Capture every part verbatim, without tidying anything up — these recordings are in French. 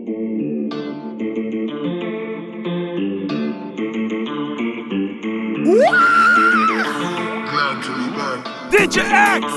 D J X.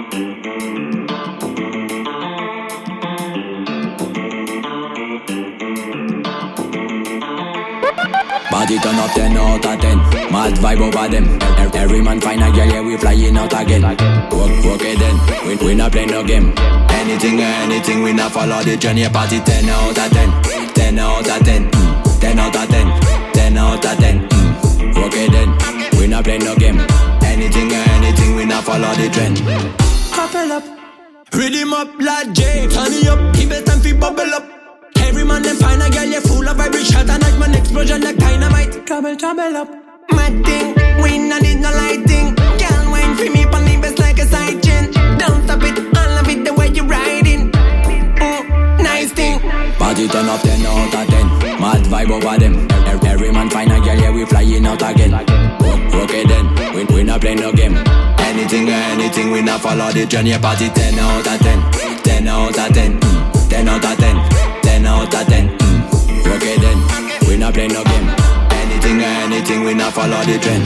Body turn up ten out of ten. Mad vibe over them. Every man find a girl, yeah, we flying out again. Work, work it then, we, we not play no game. Anything or anything, we not follow the journey. Party ten out of ten. ten out of ten. Mm. ten out of ten. ten out of ten. Mm. Work it then, we not play no game. Anything or anything, we not follow the trend. Couple up, rhythm up like J. Turn it up, keep it time fi bubble up. Every man them find a girl, you full of vibration. And like man explosion like dynamite. Trouble, trouble up. Mad thing, we not need no lighting. Girl wine for me, pon the best like a side chain. Don't stop it, I love it the way you riding. Mm, nice thing. Party turn up ten out of ten. Mad vibe over them. Every man find a girl, yeah, we flying out again. Work, work it then, we, we not play no game. Anything or anything, we not follow the journey. Party ten out of ten. ten out of ten. Mm. ten out of ten. ten out of ten. Mm. Work it then, we not play no game. Anything or anything, we not follow the trend.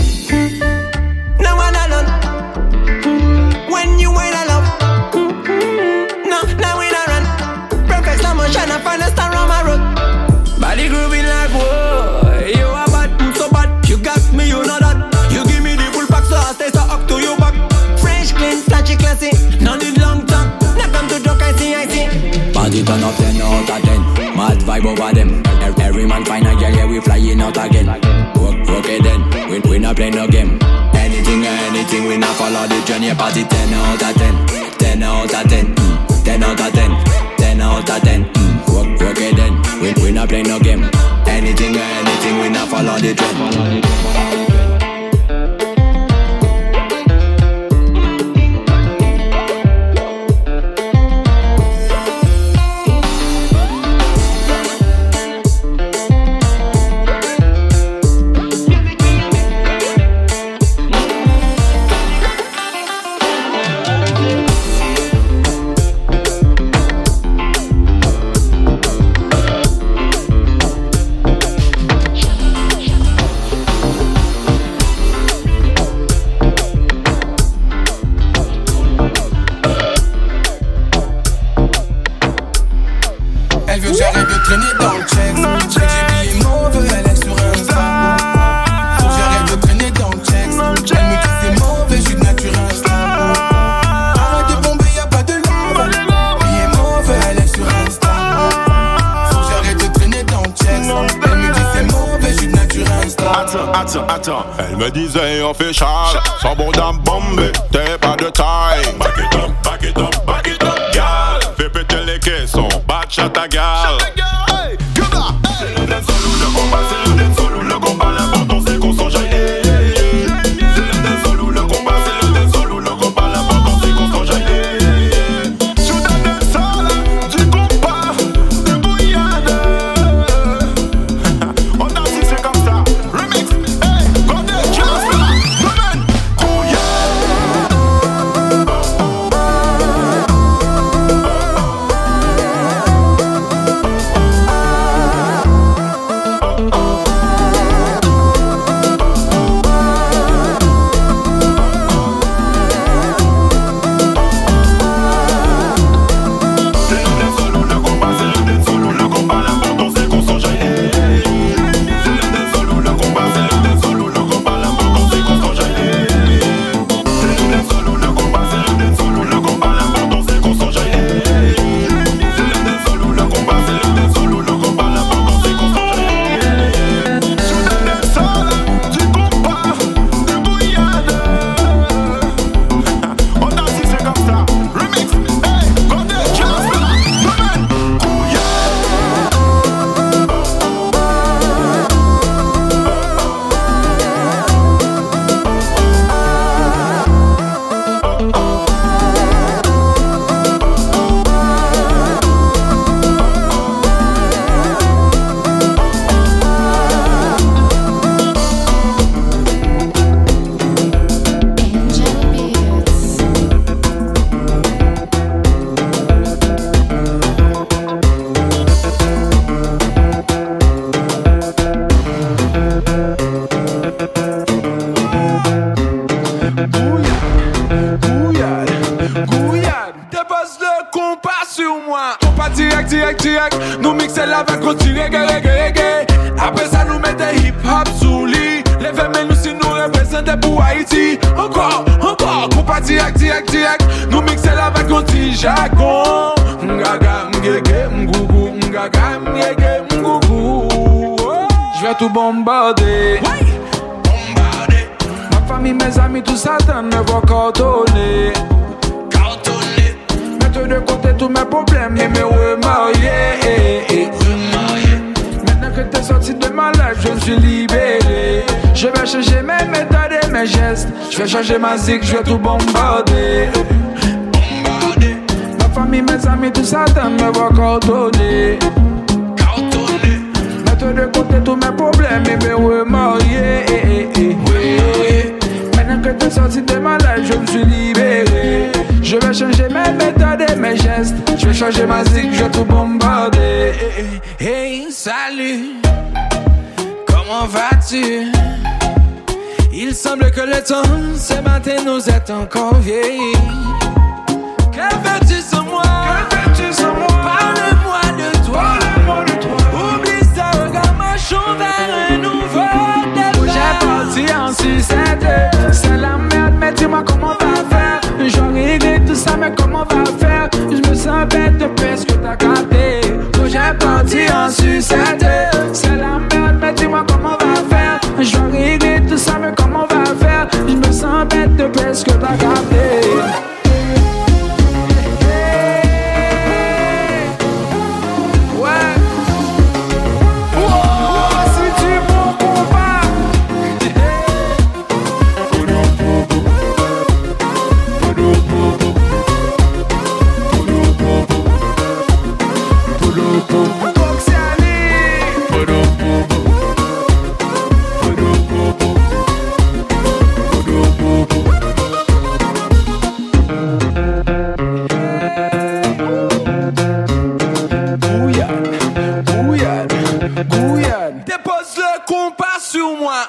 No one alone. When you wait, I love. No, now we not run. Perfect slow motion, I find a star on my road. Body grooving like whoa. You are bad, so bad. You got me, you know that. You give me the full pack, so I stay so up to your back. Fresh, clean, flashy, classy. No need long talk. Now come to joke, I see, I see. Party turn up ten out of ten. Mad vibe over them. Every man find a girl, yeah, we flying out again. Work, work it then, we, we not play no game. Anything or anything, we not follow the journey. Party ten out of ten. ten out of ten. Mm. ten out of ten. ten out of ten. Mm. Work, work it then, we, we not play no game. Anything or anything, we not follow the trend. Elle me disait on fait Charles, sans bon dame bombé, t'es pas de taille. Back it up, back it up, back it up, gal. Fais péter les caissons, batch à ta gale. C'est le dancehall ou le combat, c'est le dancehall ou le combat, l'important c'est qu'on s'enjaille. C'est le dancehall ou le combat, c'est le dancehall ou le combat, l'important c'est qu'on s'enjaille. Sur le dancehall, du combat, de bouillade. On danse si c'est comme ça, remix. sur moi. On pas direct, direct, direct. Nous mixer la va continuer, reggae, reggae, reggae. Après ça, nous mettons hip-hop sous lit. Les femmes, nous, si nous représentons pour Haïti. Encore, encore. On pas direct, direct, direct. Nous mixer la va continuer, jargon. M'gaga, m'gege, m'gougou. M'gaga, m'gege, m'gougou. Je vais tout bombarder. Bombarder. Ma famille, mes amis, tout ça, t'en me voit coordonner. Mettre de côté tous mes problèmes et me remarier. Maintenant que t'es sorti de ma life, je me suis libéré. Je vais changer mes méthodes et mes gestes. Je vais changer ma zik, je vais tout bombarder. Bombarder. Ma famille, mes amis, tout ça, t'en me voit coordonner. Mettre de côté tous mes problèmes et me remarier. Maintenant que t'es sorti de ma life, je me suis libéré. Je vais changer mes méthodes et mes gestes. Je vais changer ma zik, je vais tout bombarder. Hey, salut, comment vas-tu? Il semble que le temps, ce matin, nous est encore vieilli. Que fais-tu sans moi? Que fais-tu sans moi? Parle-moi de toi. Parle-moi de toi. Oublie ça, regarde, marchons vers un nouveau départ. Où j'ai parti en sucette. C'est la merde, mais dis-moi comment on va faire. J'aurais réglé tout ça, mais comment on va faire? Je me sens bête de ce que t'as capté. Où j'ai parti en sucette. C'est la merde, mais dis-moi comment on va faire. J'aurais réglé tout ça, mais comment on va faire? Je me sens bête de ce que t'as capté. Dépose le compas sur moi.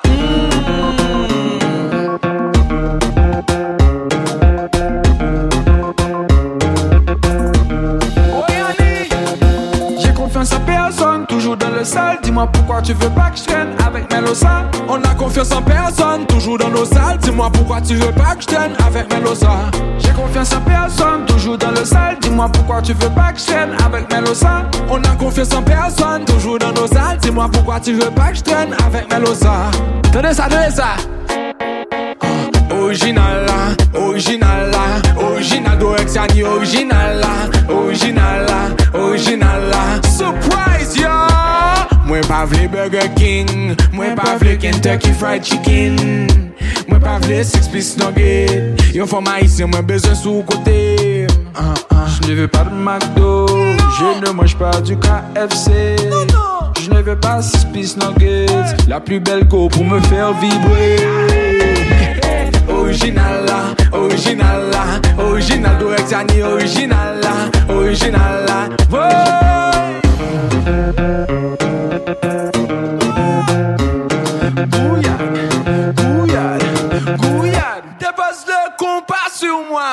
J'ai confiance en personne, toujours dans le sale. Dis-moi pourquoi tu veux pas que je traîne avec Melosa. On a confiance en personne, toujours dans nos salles. Dis-moi pourquoi tu veux pas que je traîne avec Melosa. J'ai confiance en personne, toujours dans le sale. Dis-moi pourquoi tu veux pas que je traîne avec Melosa. On a confiance en personne, toujours dans nos salles. Dis-moi pourquoi tu veux pas que je traîne avec Melosa. Tenez ça, tenez ça. Oh, original là, original là, original d'Orexiani, original là, original là, original là. Surprise yo. Moi pas vle Burger King, moi pas vle Kentucky Fried Chicken. Moi pas vle six piece nugget. Yon format ici, moi besoin sous côté. Uh, uh. Je ne veux pas de McDo, je ne mange pas du K F C. Je ne veux pas six piece nuggets. La plus belle go pour me faire vibrer. Original là, original là, original d'Orexiani, original là, original là. Ouais. Gouillade, gouillade, gouillade. Dépose le compas sur moi.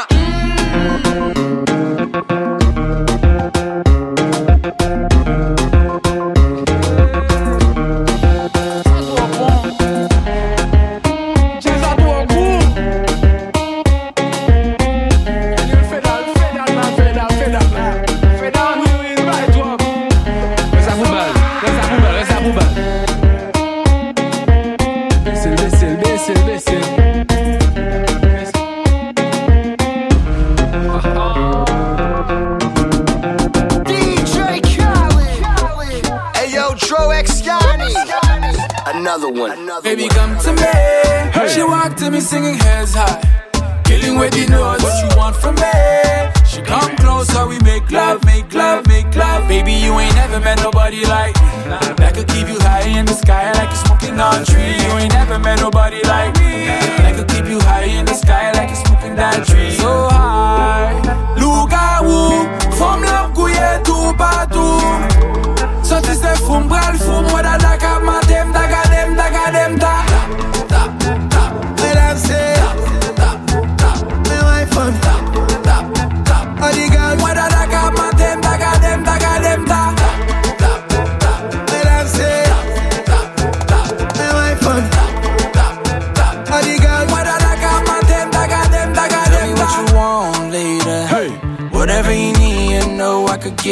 Another one. Another Baby, one. come to me. Hey. She walked to me singing heads high, killing with the notes. What you want from me? She come closer, we make love, make love, make love. Baby, you ain't never met nobody like me. That could keep you high in the sky like you're smoking on tree. You ain't never met nobody like me. That could keep you high in the sky like you're smoking that tree. So high, look à où, from love couillé tout partout. Sorti c'est fou, m'bral fou, moi da da ka matem, da ka dem, da ka dem, da. Tap, tap, tap, Madame say, tap, tap, tap, my wife on tap, tap, tap. all the girls. Moi da da ka matem,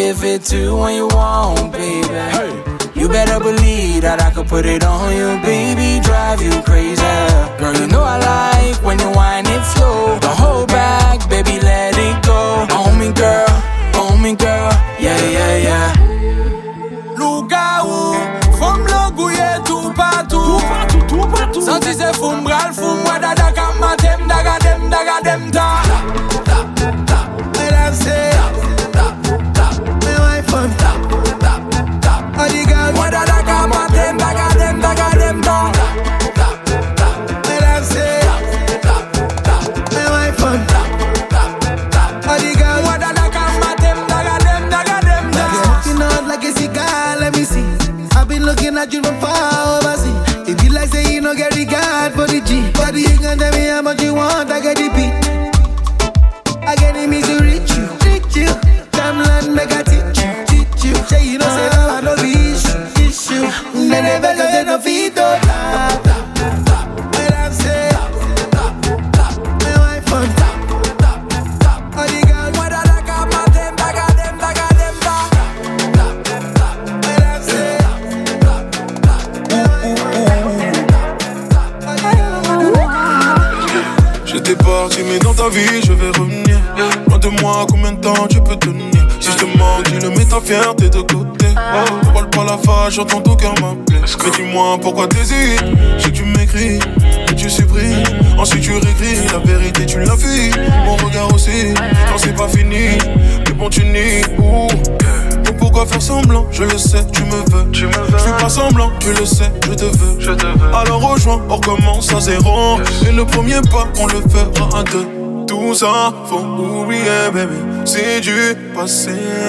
give it to you when you want, baby. Hey. You better believe that I could put it on you, baby, drive you crazy. Girl, you know I like when you whine it slow. Don't hold back, baby, let it go. On me, girl, on me, girl, yeah, yeah, yeah. Lougaou, femme l'engouiller tout partout. Tout partout, tout partout. Senti c'est foum, bral foum, wadada kamatem, daga dem, daga dem, da. Elle a c'est, mais ouais, femme. All the girls, wadada kamatem, daga dem, daga dem, da. Elle a c'est, mais ouais, femme. All the girls, wadada kamatem, daga dem, daga dem, da. You know like a cigar, let me see. I've been looking at you from far overseas. It be like say you no get regard for the G. But you can tell me how much you want, I get the beat. I get the means to reach you, reach you. Damn land, make I teach you, teach you. Say you know say I no be issue, issue. Then they better than no feet up. When I say, my wife on all the girls, what I like about them, I got them, I got them, when I say, j'étais parti mais dans ta vie je vais revenir. Loin de moi combien de temps tu peux tenir. Si je te manque dis-le mets ta fierté de côté. Je parle pas la face j'entends ton cœur m'appeler. Mais dis-moi pourquoi t'hésites. Je sais que tu m'écris, que tu supprimes. Ensuite tu réécris, la vérité tu l'as fui. Mon regard aussi, quand c'est pas fini. Mais bon tu nies, ouh. Donc pourquoi faire semblant, je le sais, tu me veux. Tu me veux. Je fais pas semblant, tu le sais, je te veux. Je te veux. Alors rejoins, on recommence à zéro. Yes. Et le premier pas, on le fera à deux. Tout ça, faut oublier, bébé. C'est du passé.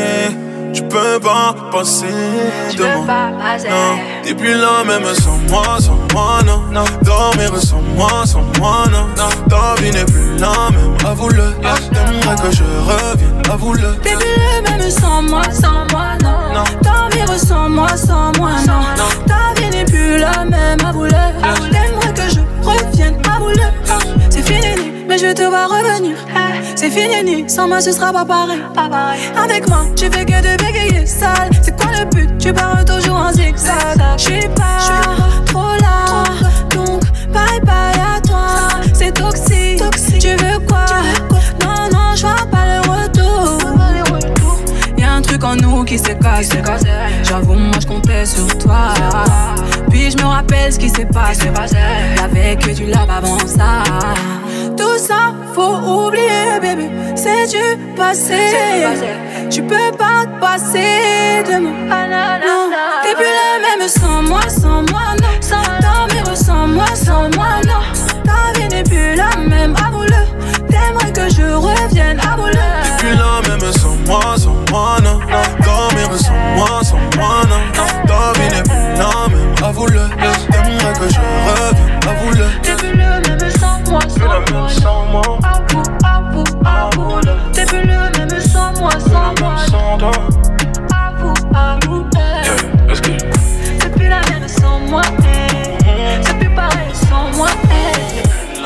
Tu peux pas passer tu de peux moi. Pas passer. Non, t'es plus là même sans moi, sans moi, non. non. Dormir sans moi, sans moi, non. non. Ta vie n'est plus la même, avoue-le. Yeah. T'aimerais que je revienne, avoue-le. T'es plus le même sans moi, sans moi, non. non. Dormir sans moi, sans moi, non. non. Ta vie n'est plus la même, avoue-le. Yeah. T'aimerais que je revienne, avoue-le. Yeah. C'est fini, mais je te vois revenir. C'est fini, sans moi ce sera pas pareil. pas pareil. Avec moi, tu fais que de bégayer sale. C'est quoi le but? Tu pars toujours en zigzag. J'suis pas trop là, donc bye bye à toi. C'est toxique, toxique. Tu veux quoi? Non, non, j'vois pas le retour. Y'a un truc en nous qui s'est cassé. J'avoue, moi j'comptais sur toi. Puis je me rappelle ce qui s'est passé. Y'avait que du love avant ça. Tout ça, faut oublier, bébé. C'est du passé. Tu peux pas te passer de moi. Non, t'es plus la même sans moi, sans moi, non. Sans dormir sans moi, sans moi, non. Ta vie n'est plus la même, avoue-le. T'aimerais que je revienne, avoue-le. T'es plus la même sans moi, sans moi, non. Dormir sans moi, sans moi, non. Ta vie n'est plus la même, avoue-le. T'aimerais que je revienne, avoue-le. T'es plus le même sans moi, sans moi, non. Avoue, avoue, avoue-le. T'es plus le même sans moi, sans moi, non. Avoue, avoue, eh. C'est plus la même sans moi, eh. C'est plus pareil sans moi, eh.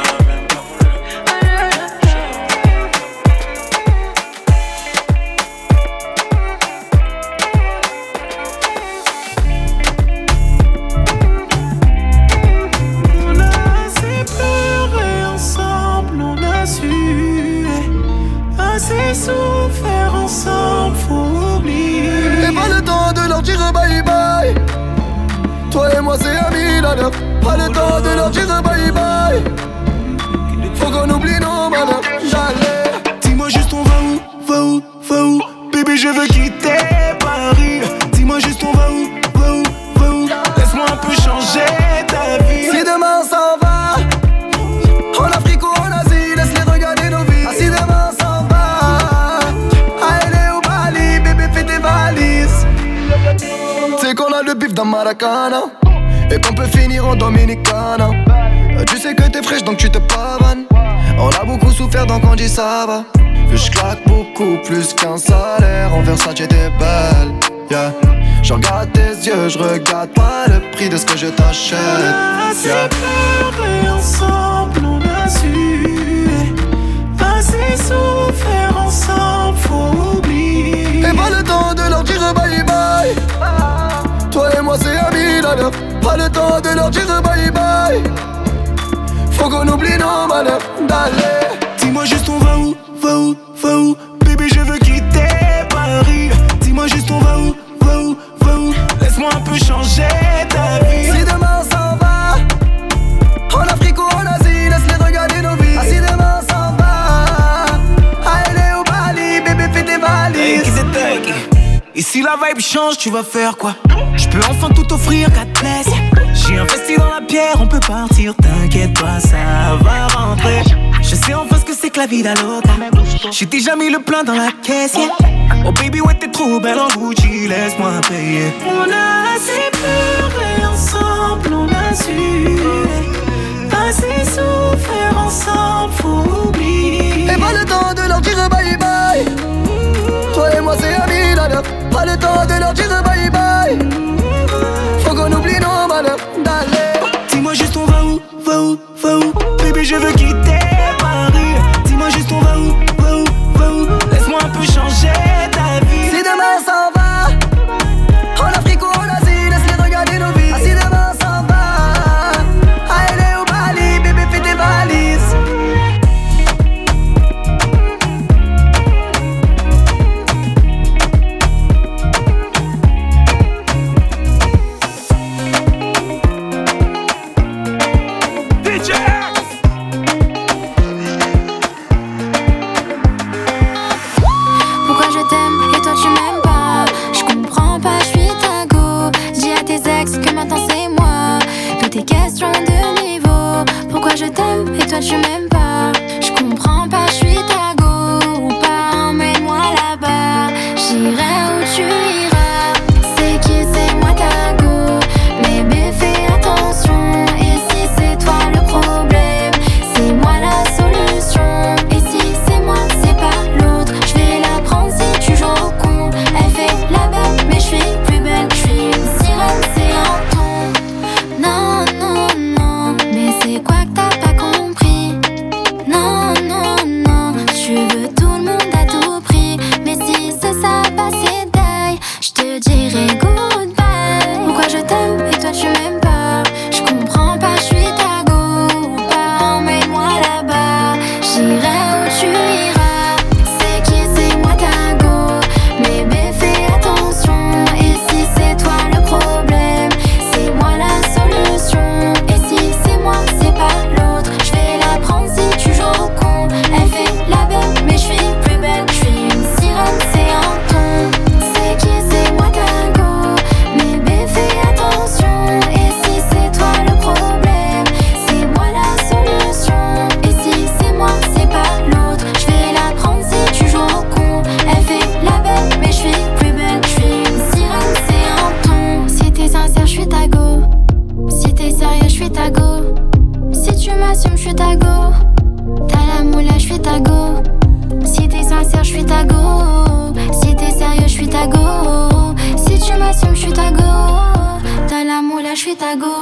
Souffert ensemble, faut oublier. Et pas le temps de leur dire bye bye. Toi et moi c'est amis nana. Pas le temps de leur dire bye bye. Faut qu'on oublie nos malheurs. J'allais. Dis-moi juste on va où, va où, va où. Bébé je veux quitter Paris. Dis-moi juste on va où, va où, va où. Laisse-moi un peu changer ta vie. Si demain on s'en va, en Afrique ou en Asie, laisse-les regarder nos vies. Ah, si demain on s'en va, c'est qu'on a le bif dans Maracana et qu'on peut finir en Dominicana. Tu sais que t'es fraîche donc tu te pavanes. On a beaucoup souffert donc on dit ça va. Je claque beaucoup plus qu'un salaire. En Versace t'es belle, yeah. Je regarde tes yeux, je regarde pas le prix de ce que je t'achète. On a assez yeah. pleuré ensemble, on a su. Assez souffert ensemble, faut oublier. Et pas le temps de leur dire bye bye. Toi et moi c'est amis d'ailleurs. Pas le temps de leur dire bye bye. Faut qu'on oublie nos malheurs d'aller. Dis-moi juste on va où, va où, va où. Bébé je veux quitter Paris. Dis-moi juste on va où, va où, va où. Laisse-moi un peu changer ta vie. Si demain on s'en va, en Afrique ou en Asie, laisse-les regarder nos vies. Ah, si demain on s'en va, à L A ou Bali, bébé fais tes valises. Et si la vibe change, tu vas faire quoi? Je peux enfin tout offrir, God bless. J'ai investi dans la pierre, on peut partir, t'inquiète pas, ça va rentrer. Je sais enfin ce que c'est que la vie d'Alota. J'ai déjà mis le plein dans la caisse, yeah. Oh baby, ouais t'es trop belle en Gucci, laisse-moi payer. On a assez pleuré ensemble, on a su passer, souffrir ensemble, faut oublier. Et pas le temps de leur dire bye bye. Toi et moi c'est amis d'ailleurs. Pas le temps de leur dire bye bye. Faut qu'on oublie nos malheurs d'aller. Dis-moi juste on va où, va où, va où. Bébé je veux quitter Paris. Dis-moi juste on va où, va où, va où. Laisse-moi un peu changer ta vie. Si demain on s'en va, en Afrique ou en Asie, laisse-les regarder nos vies. Ah, si demain on s'en va, à L A ou Bali, bébé fais tes valises. Je t'aime et toi tu m'aimes pas. Je comprends pas, je suis ta go ou pas. Emmène-moi là-bas, j'irai où tu iras. C'est qui, c'est moi ta go. Bébé fais attention. Et si c'est toi le problème, c'est moi la solution. Et si c'est moi, c'est pas l'autre. Je vais la prendre si tu joues au con. Elle fait la belle, mais je suis plus belle. Je suis une sirène, c'est un ton. Non, non, non, mais c'est quoi que t'as pas compris? Non, non, non, tu veux tout le monde à tout prix. Mais si c'est ça, bah c'est die. Je te dirai goodbye. Pourquoi je t'aime et toi tu m'aimes pas? Je comprends pas, je suis ta go ou pas. Emmène-moi là-bas, j'irai où tu iras. C'est qui, c'est moi ta go. Bébé fais attention. Et si c'est toi le problème, c'est moi la solution. Et si c'est moi, c'est pas l'autre. Je vais la prendre si tu joues au con. Elle fait la belle, mais je suis plus belle. Je suis une sirène, c'est un ton. C'est qui, c'est moi ta go. Bébé fais attention. Et si c'est toi le problème, c'est moi la solution. Et si c'est moi, c'est pas l'autre. Je vais la prendre si tu joues au con. Elle fait la belle, mais je suis plus belle. Je suis une sirène, c'est un ton. Si t'es sincère, je suis ta go. Si t'es sérieux, je suis ta go. Si tu m'assumes, je suis ta go. T'as la moula, je suis ta go. Si t'es sincère, je suis ta go. Si t'es sérieux, je suis ta go. Si tu m'assumes, je suis ta go. T'as la moula, je suis ta go.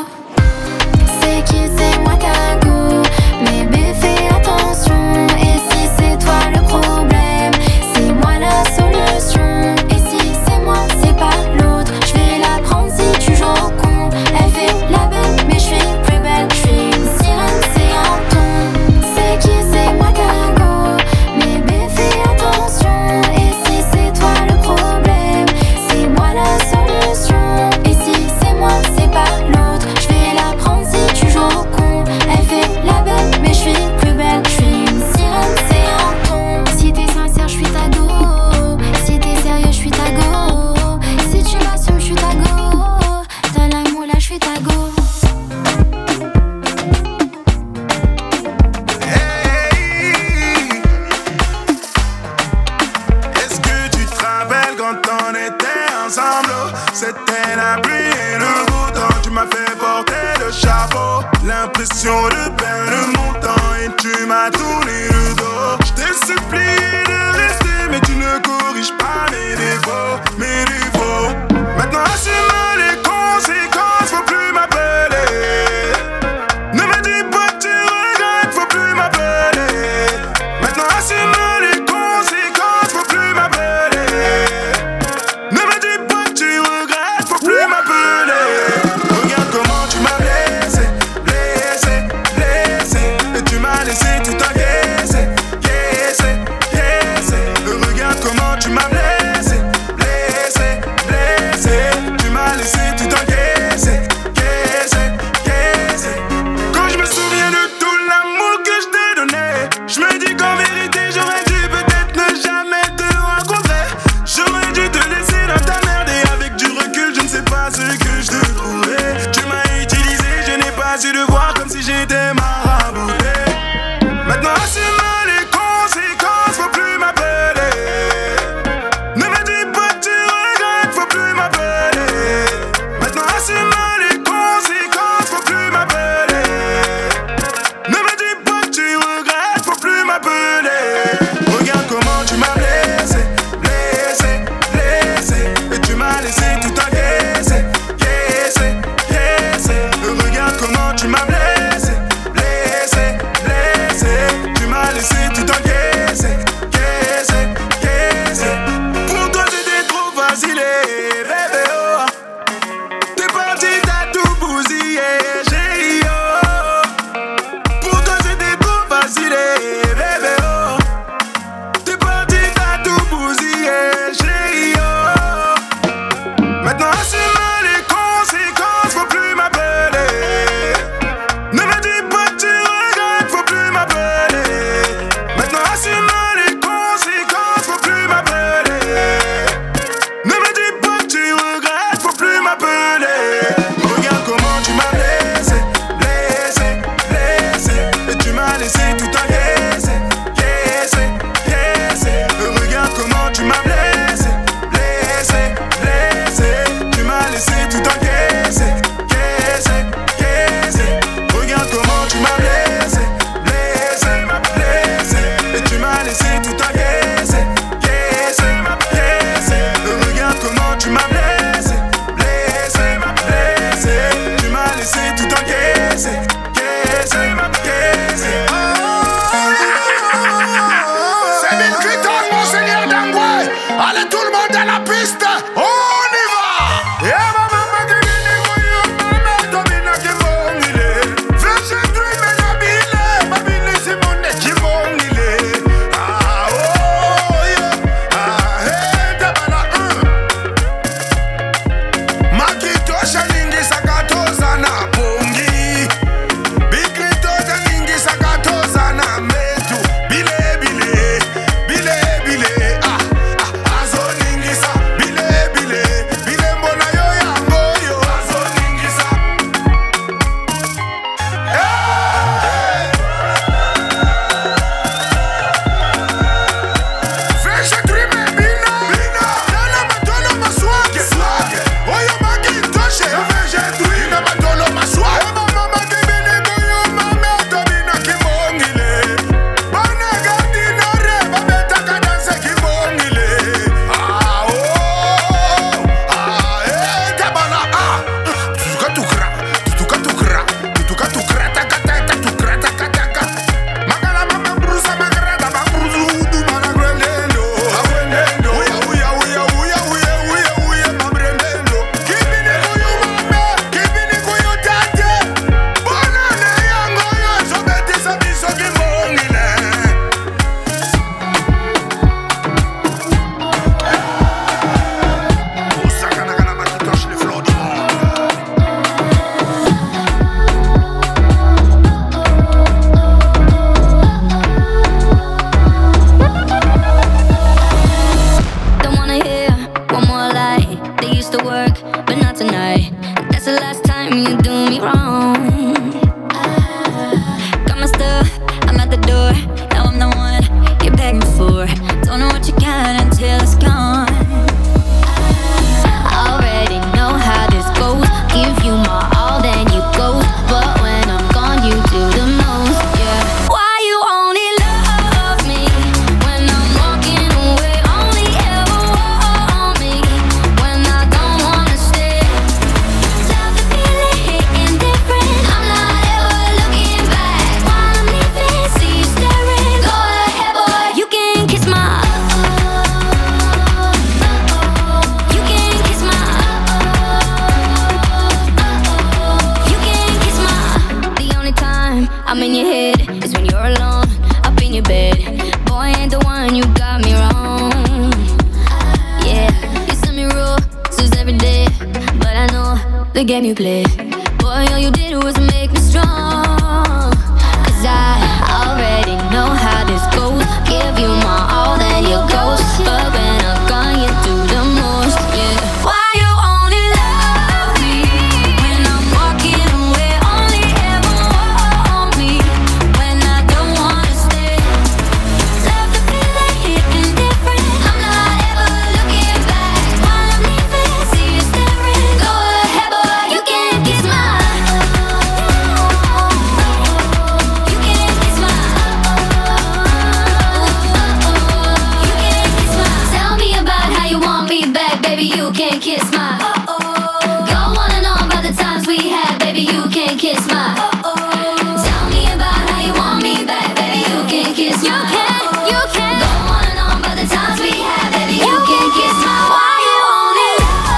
C'est qui, c'est moi ta go. Bébé fais attention. Et si c'est toi le problème, c'est moi la solution. Et si c'est moi, c'est pas l'autre. Je vais la prendre si tu joues au con. Elle fait la belle, mais je suis plus belle. Je suis une sirène, c'est un ton. C'est qui, c'est moi ta go. Bébé fais attention. Et si c'est toi le problème, c'est moi la solution. Et si c'est moi, c'est pas l'autre. Je vais la prendre si tu joues au con. Elle fait la belle, mais je suis plus belle. Je suis une sirène, c'est un ton. Si t'es sincère, je suis ta go. Si t'es sérieux, je suis ta go. Si tu m'assumes, je suis ta go. T'as la moula, je suis ta go. Est-ce que tu te rappelles quand on était ensemble? C'était la pluie et le beau temps. Tu m'as fait porter le chapeau. L'impression de perdre mon temps et tu m'as tourné le dos. Je t'ai supplié de rester, mais tu ne corriges pas mes défauts, mes défauts. Maintenant assume les conséquences, faut plus m'appeler. Ne me dis pas que tu regrettes, faut plus m'appeler. Maintenant assume les conséquences, faut plus m'appeler. bébé oh. T'es parti, t'as tout bousillé, chérie oh. Pour toi c'était trop facile, bébé oh. T'es parti, t'as tout bousillé, chérie oh. Maintenant assume les conséquences, faut plus m'appeler. Ne me dis pas que tu regrettes, faut plus m'appeler. Maintenant assume les conséquences, faut plus m'appeler. Ne me dis pas que tu regrettes, faut plus m'appeler. Regarde comment tu m'as blessé, blessé, blessé. Et tu m'as laissé tout encaissé, caissé, caissé. Regarde comment tu m'as blessé, blessé, blessé. Tu m'as laissé tout encaissé, caissé, caissé. Regarde comment tu m'as blessé, blessé, blessé. Et tu m'as laissé tout encaissé, caissé, caissé. Regarde comment tu m'as blessé, blessé, blessé. Tu m'as laissé tout encaissé, caissé, caissé. C'est Bill Clinton, Monseigneur Dangway. Allez tout le monde à la piste, on y va. Yeah, mama, mama, mama, Domina qui mongile. Flash and dream and abile, babine Simone qui mongile. Ah oh yeah, ah hey tabana un. Makito shaningi sakatoza na pongi. Bikrito shaningi sakatoza na metu. Bile bile, bile bile. Ah ah azo ningi sa bile bile, bile mbona yo yango yo. Azo ningi sa. Fresh and dream and bina, bina. Dala matolo maswage, swage. Oyo Makintoshe, fresh and dream and matolo maswage. Mama mama bine goyo mama Domina ki mongile. Bana gadi na re, babeta kadanse ki mongile. Ah oh, ah eh tabana ah. Tutuka tukra, tutuka tukra, tutuka tukra taka taka tukra taka taka. Magala mama brusa magara da bambruzu du mana grelendo. Agrelendo. Uya uya uya uya uya uya uya mabrelendo. Kibini kuyu mama, kibini kuyu tate. Bona ne yango yo sobete sabiso kimbongile. Usakana kana Makintoshe le flow du monde. Don't wanna hear one more lie. They used to work, but not tonight. That's the last time you do me wrong. Got my stuff, I'm at the door. Now I'm the one you're begging for. Don't know what you got until it's gone. I already know how this goes. Give you my all, then you go. But when I'm gone, you do the most. Yeah. Why you only love me when I'm walking away? Only ever want me when I don't wanna stay. Love the feeling hitting different. I'm not ever looking back. While I'm leaving, see you staring. Go ahead, boy, you can kiss my. You can kiss my. You can kiss my. The only time I'm in your head is when you're alone, up in your bed. Boy, ain't the one, you got me wrong. Yeah, you send me roses every day, but I know the game you play. Boy, all you did was make me strong. Cause I already know how this goes. Give you my all, then you ghost. But when I'm gone, you do the most. Yeah. Why you only love me when I'm walking away? Only ever want me when I don't wanna stay. Love the feeling hitting different. I'm not ever looking back. While I'm leaving, see you staring. Go ahead, boy, you can kiss my. You can kiss my. You can kiss my. Tell me about how you want me back, baby. You can kiss my. Go on and on about the times we had, baby. You can kiss my. Tell me about how you want me back, baby. You can kiss my. You can, you can. Go on and on about the times we had, baby. You can kiss my. Why you only love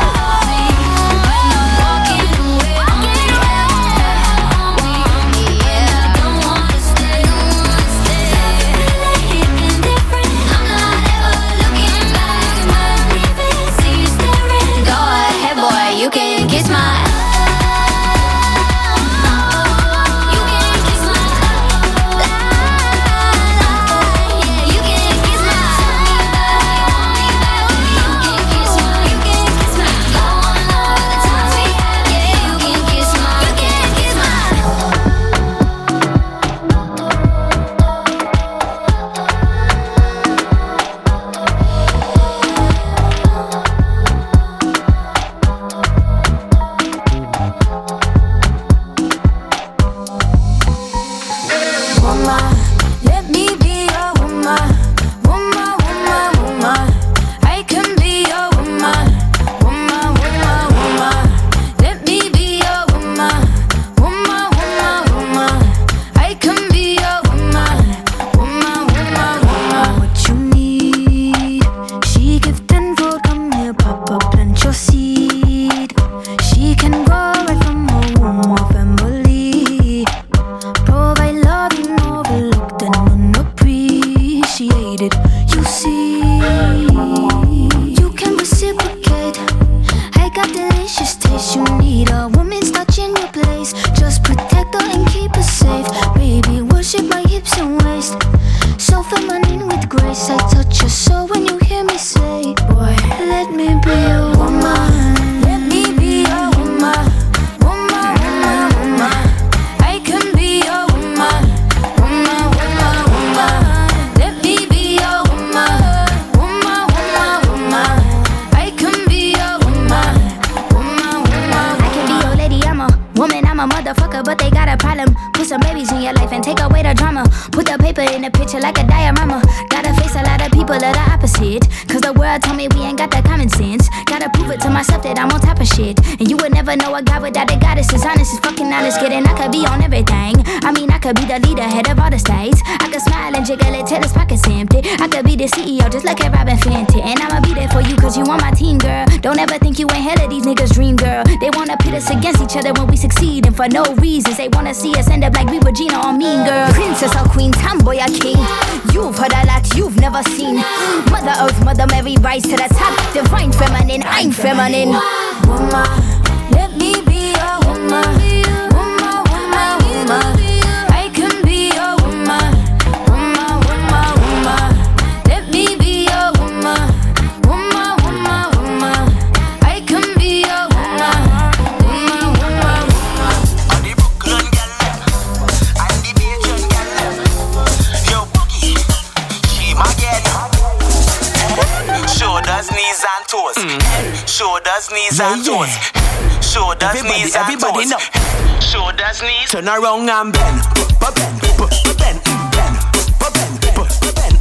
body got delicious taste. You need a woman's touch in your place. Just protect her and keep her safe. Baby, worship my hips and waist. So feminine with grace. I touch your soul when you hear me say, boy, let me be your woman. Let me be your woman. Woman, woman, woman. I can be your woman. Woman, woman, woman. Let me be your woman. Woman, woman, woman. I can be your woman. Woman, woman, I can be your lady. I'm a woman, I'm a motherfucker, but they got a problem. Put some babies in your life and take away the drama. Put the paper in the picture like a diorama. Gotta face a lot of people that are opposite. Cause the world told me we ain't got that common sense. Gotta prove it to myself that I'm on top of shit. And you would never know a guy without a goddess. Is honest, is fucking honest. Kidding, I could be on everything. I mean, I could be the leader, head of all the states. I could smile and jiggle it till his pockets empty. I could be the C E O just like a Robin Fenty. And I'ma be there for you cause you on my team, girl. Don't ever think you ain't hell of these niggas' dream, girl. They wanna pit us against each other when we succeed. And for no reasons, they wanna see us end up like we were Gina or Mean Girl. Princess or queen, tomboy or king. You've heard a lot you've never seen. Mother Earth, Mother Mary, rise to the top. Divine feminine, I'm feminine. Woman, let me be a woman. Woman, woman, woman. I can be a woman. Woman, woman, woman. Let me be a woman. Woman, woman, woman. I can be a woman. Woman, woman, woman. And the Brooklyn girl and the Bajan girl. Yo, Boogie, she my girl. Shoulders, knees and toes. Mm. Shoulders, knees yeah, and toes. Yeah. Shoulders, everybody, knees everybody and toes. Know. Shoulders, knees. Turn around and bend. Bend, bend, bend, bend, bend, bend, bend,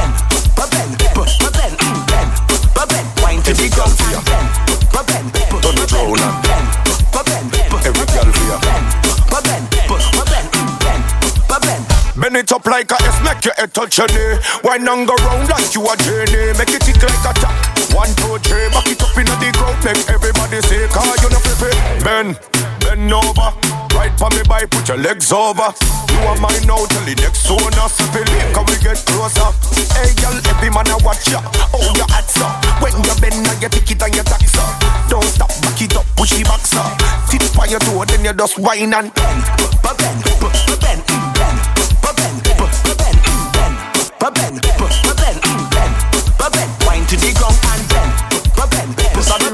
bend, bend, bend. Wine to the ground and bend. Bend, bend, turn it round and bend. Bend, every girl for you. Bend, bend, bend, bend. Bend it up like a S, make your head touch your knee. Wine and go round like you a journey. Make it tick like a tack. One, two, three, back it up in the ground. Make everybody say, cause you know flip it. Bend, bend over. Right for me by, put your legs over. You are mine now till the next one. So feel it, cause we get closer. Hey girl, every man a watch ya. Oh, your hats up. When you bend and you pick it and you tax up. Don't stop, back it up, push it back up. Tip on your toe, then you just whine and bend. Bend, bend, bend, bend. Wine to the ground and bend. Bend, bend,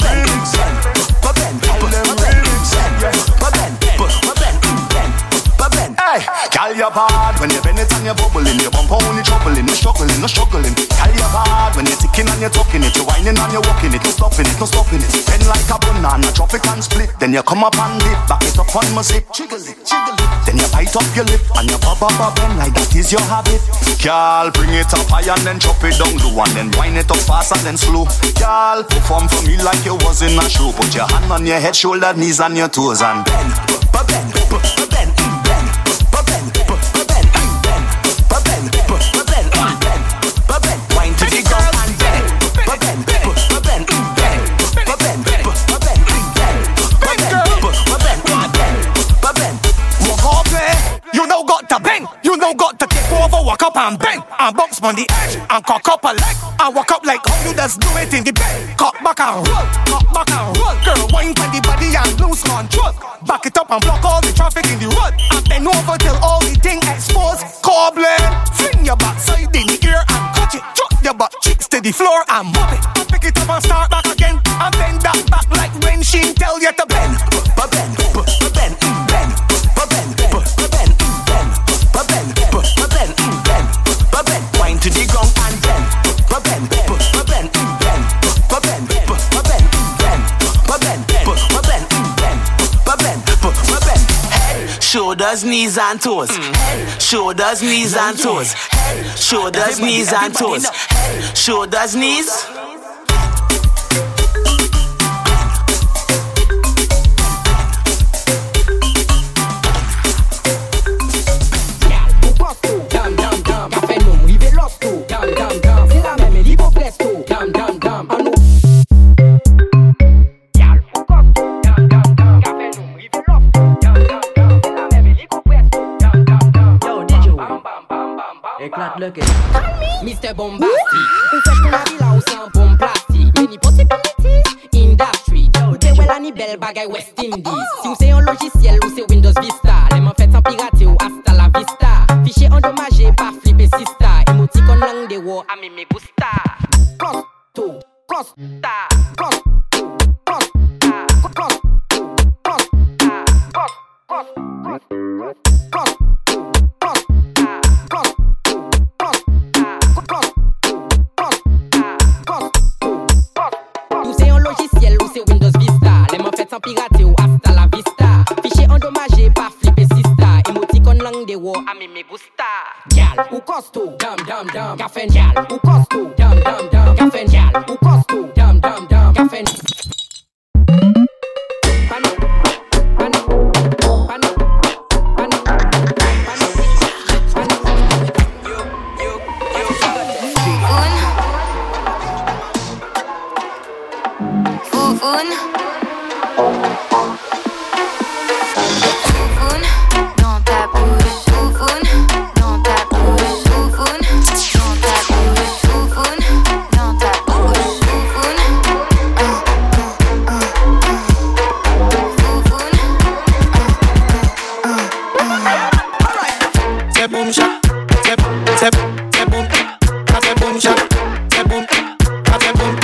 hey, call your bad when you bend it and you bubbling. You bump on it, troubling, no struggling, no struggling. Call your bad when you're ticking and you're talking it. You're whining and you're walking it, no stopping it, no stopping it. Bend like a banana, drop it and split. Then you come up and dip, back it up on music. Jiggle it, jiggle it. Then you bite up your lip and you pop up a bend like that is your habit. Girl, bring it up high and then chop it down low. And then wind it up fast and then slow. Girl, perform for me like you was in a show. Put your hand on your head, shoulder, knees and your toes and bend. Bend, bend, bend. wine to the ground and bend. Bend, bend, walk up there, you know got to bend. You know got to take over, walk up and bend. And box on the edge and cock up a leg. And walk up like how you just do it in the bed. Cock back and roll, cock back and roll. Girl, wine for the body and lose control. Back it up and block all the traffic in the road. And bend over till all the thing exposed. Cobbling, fling your backside in the air and catch it. Drop your butt cheeks to the floor and move it. And pick it up and start back again. And bend that back like when she tell you to bend. Bend, bend, bend, bend, bend, bend, bend, bend, bend, bend. Wine to the ground and bend. Bend, bend, bend, bend, bend, bend, bend, bend. Shoulders, knees and toes. Shoulders, knees and toes. Shoulders, knees and toes. Shoulders, knees. Éclate le cœur. Mister Bombastic. Ou fait qu'on a dit là où c'est un bon plastique. Many possibilities in that street. Yo, they ni belle bagaille West Indies. Si vous c'est un logiciel ou c'est Windows Vista, les m'en fait sans pirater ou hasta la vista. Fichier endommagé par flipper sista. Emoticon langue de wo a me gusta. Cross to cross ta cross cross ta cross cross ta cross cross cross cross ta cross cross ta cross cross ta cross. Ou c'est un logiciel ou c'est Windows Vista. Les m'en fait sans pirater ou hasta la vista. Fichier endommagé par flipper sista. Emoticon langue de wo a me gusta. Gal ou costo dam dam dam gafen gal ou costo dam dam dam gafen gal ou costo dam dam dam gafen. Panic panic panic panic panic yo yo yo Foufoune Foufoune dans ta bouche Foufoune dans ta bouche Foufoune dans ta bouche Foufoune dans ta bouche Foufoune Foufoune C'est boum chac, c'est c'est c'est boum, ça c'est boum chac, c'est boum, ça c'est boum.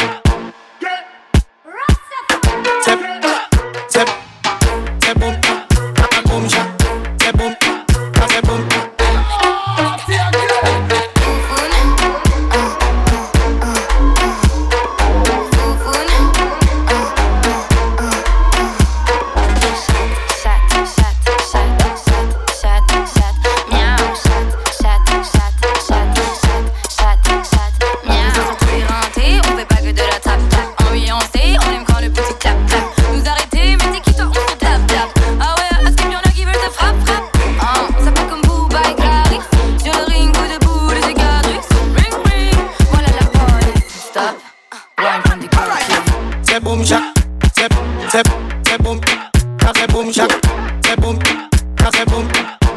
C'est c'est c'est boum, ça c'est boum chac, c'est boum, ça c'est boum. C'est boum chac, c'est c'est c'est boum, ça c'est boum chac, c'est boum, ça c'est boum.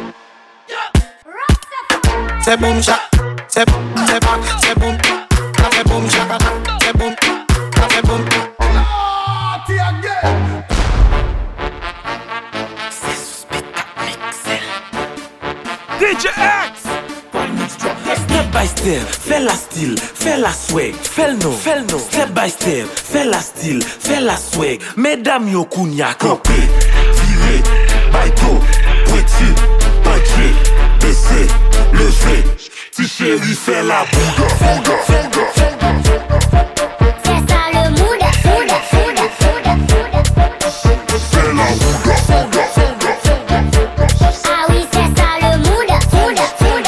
C'est boum chac, c'est c'est pas c'est boum, ça c'est boum chac, c'est boum, ça c'est boum. D J X Step by step, fais la style, fais la swag, fais le no, fais le no. Step by step, fais la style, fais la swag. Mesdames yo kounya campé, viré, baito, pointu, punché, baissé, levé. Si chérie, fais la bouga, bouga, bouga. C'est ça le mood, mood, mood, mood. Fais la bouga, bouga, bouga. Ah oui, c'est ça le mood, mood, mood,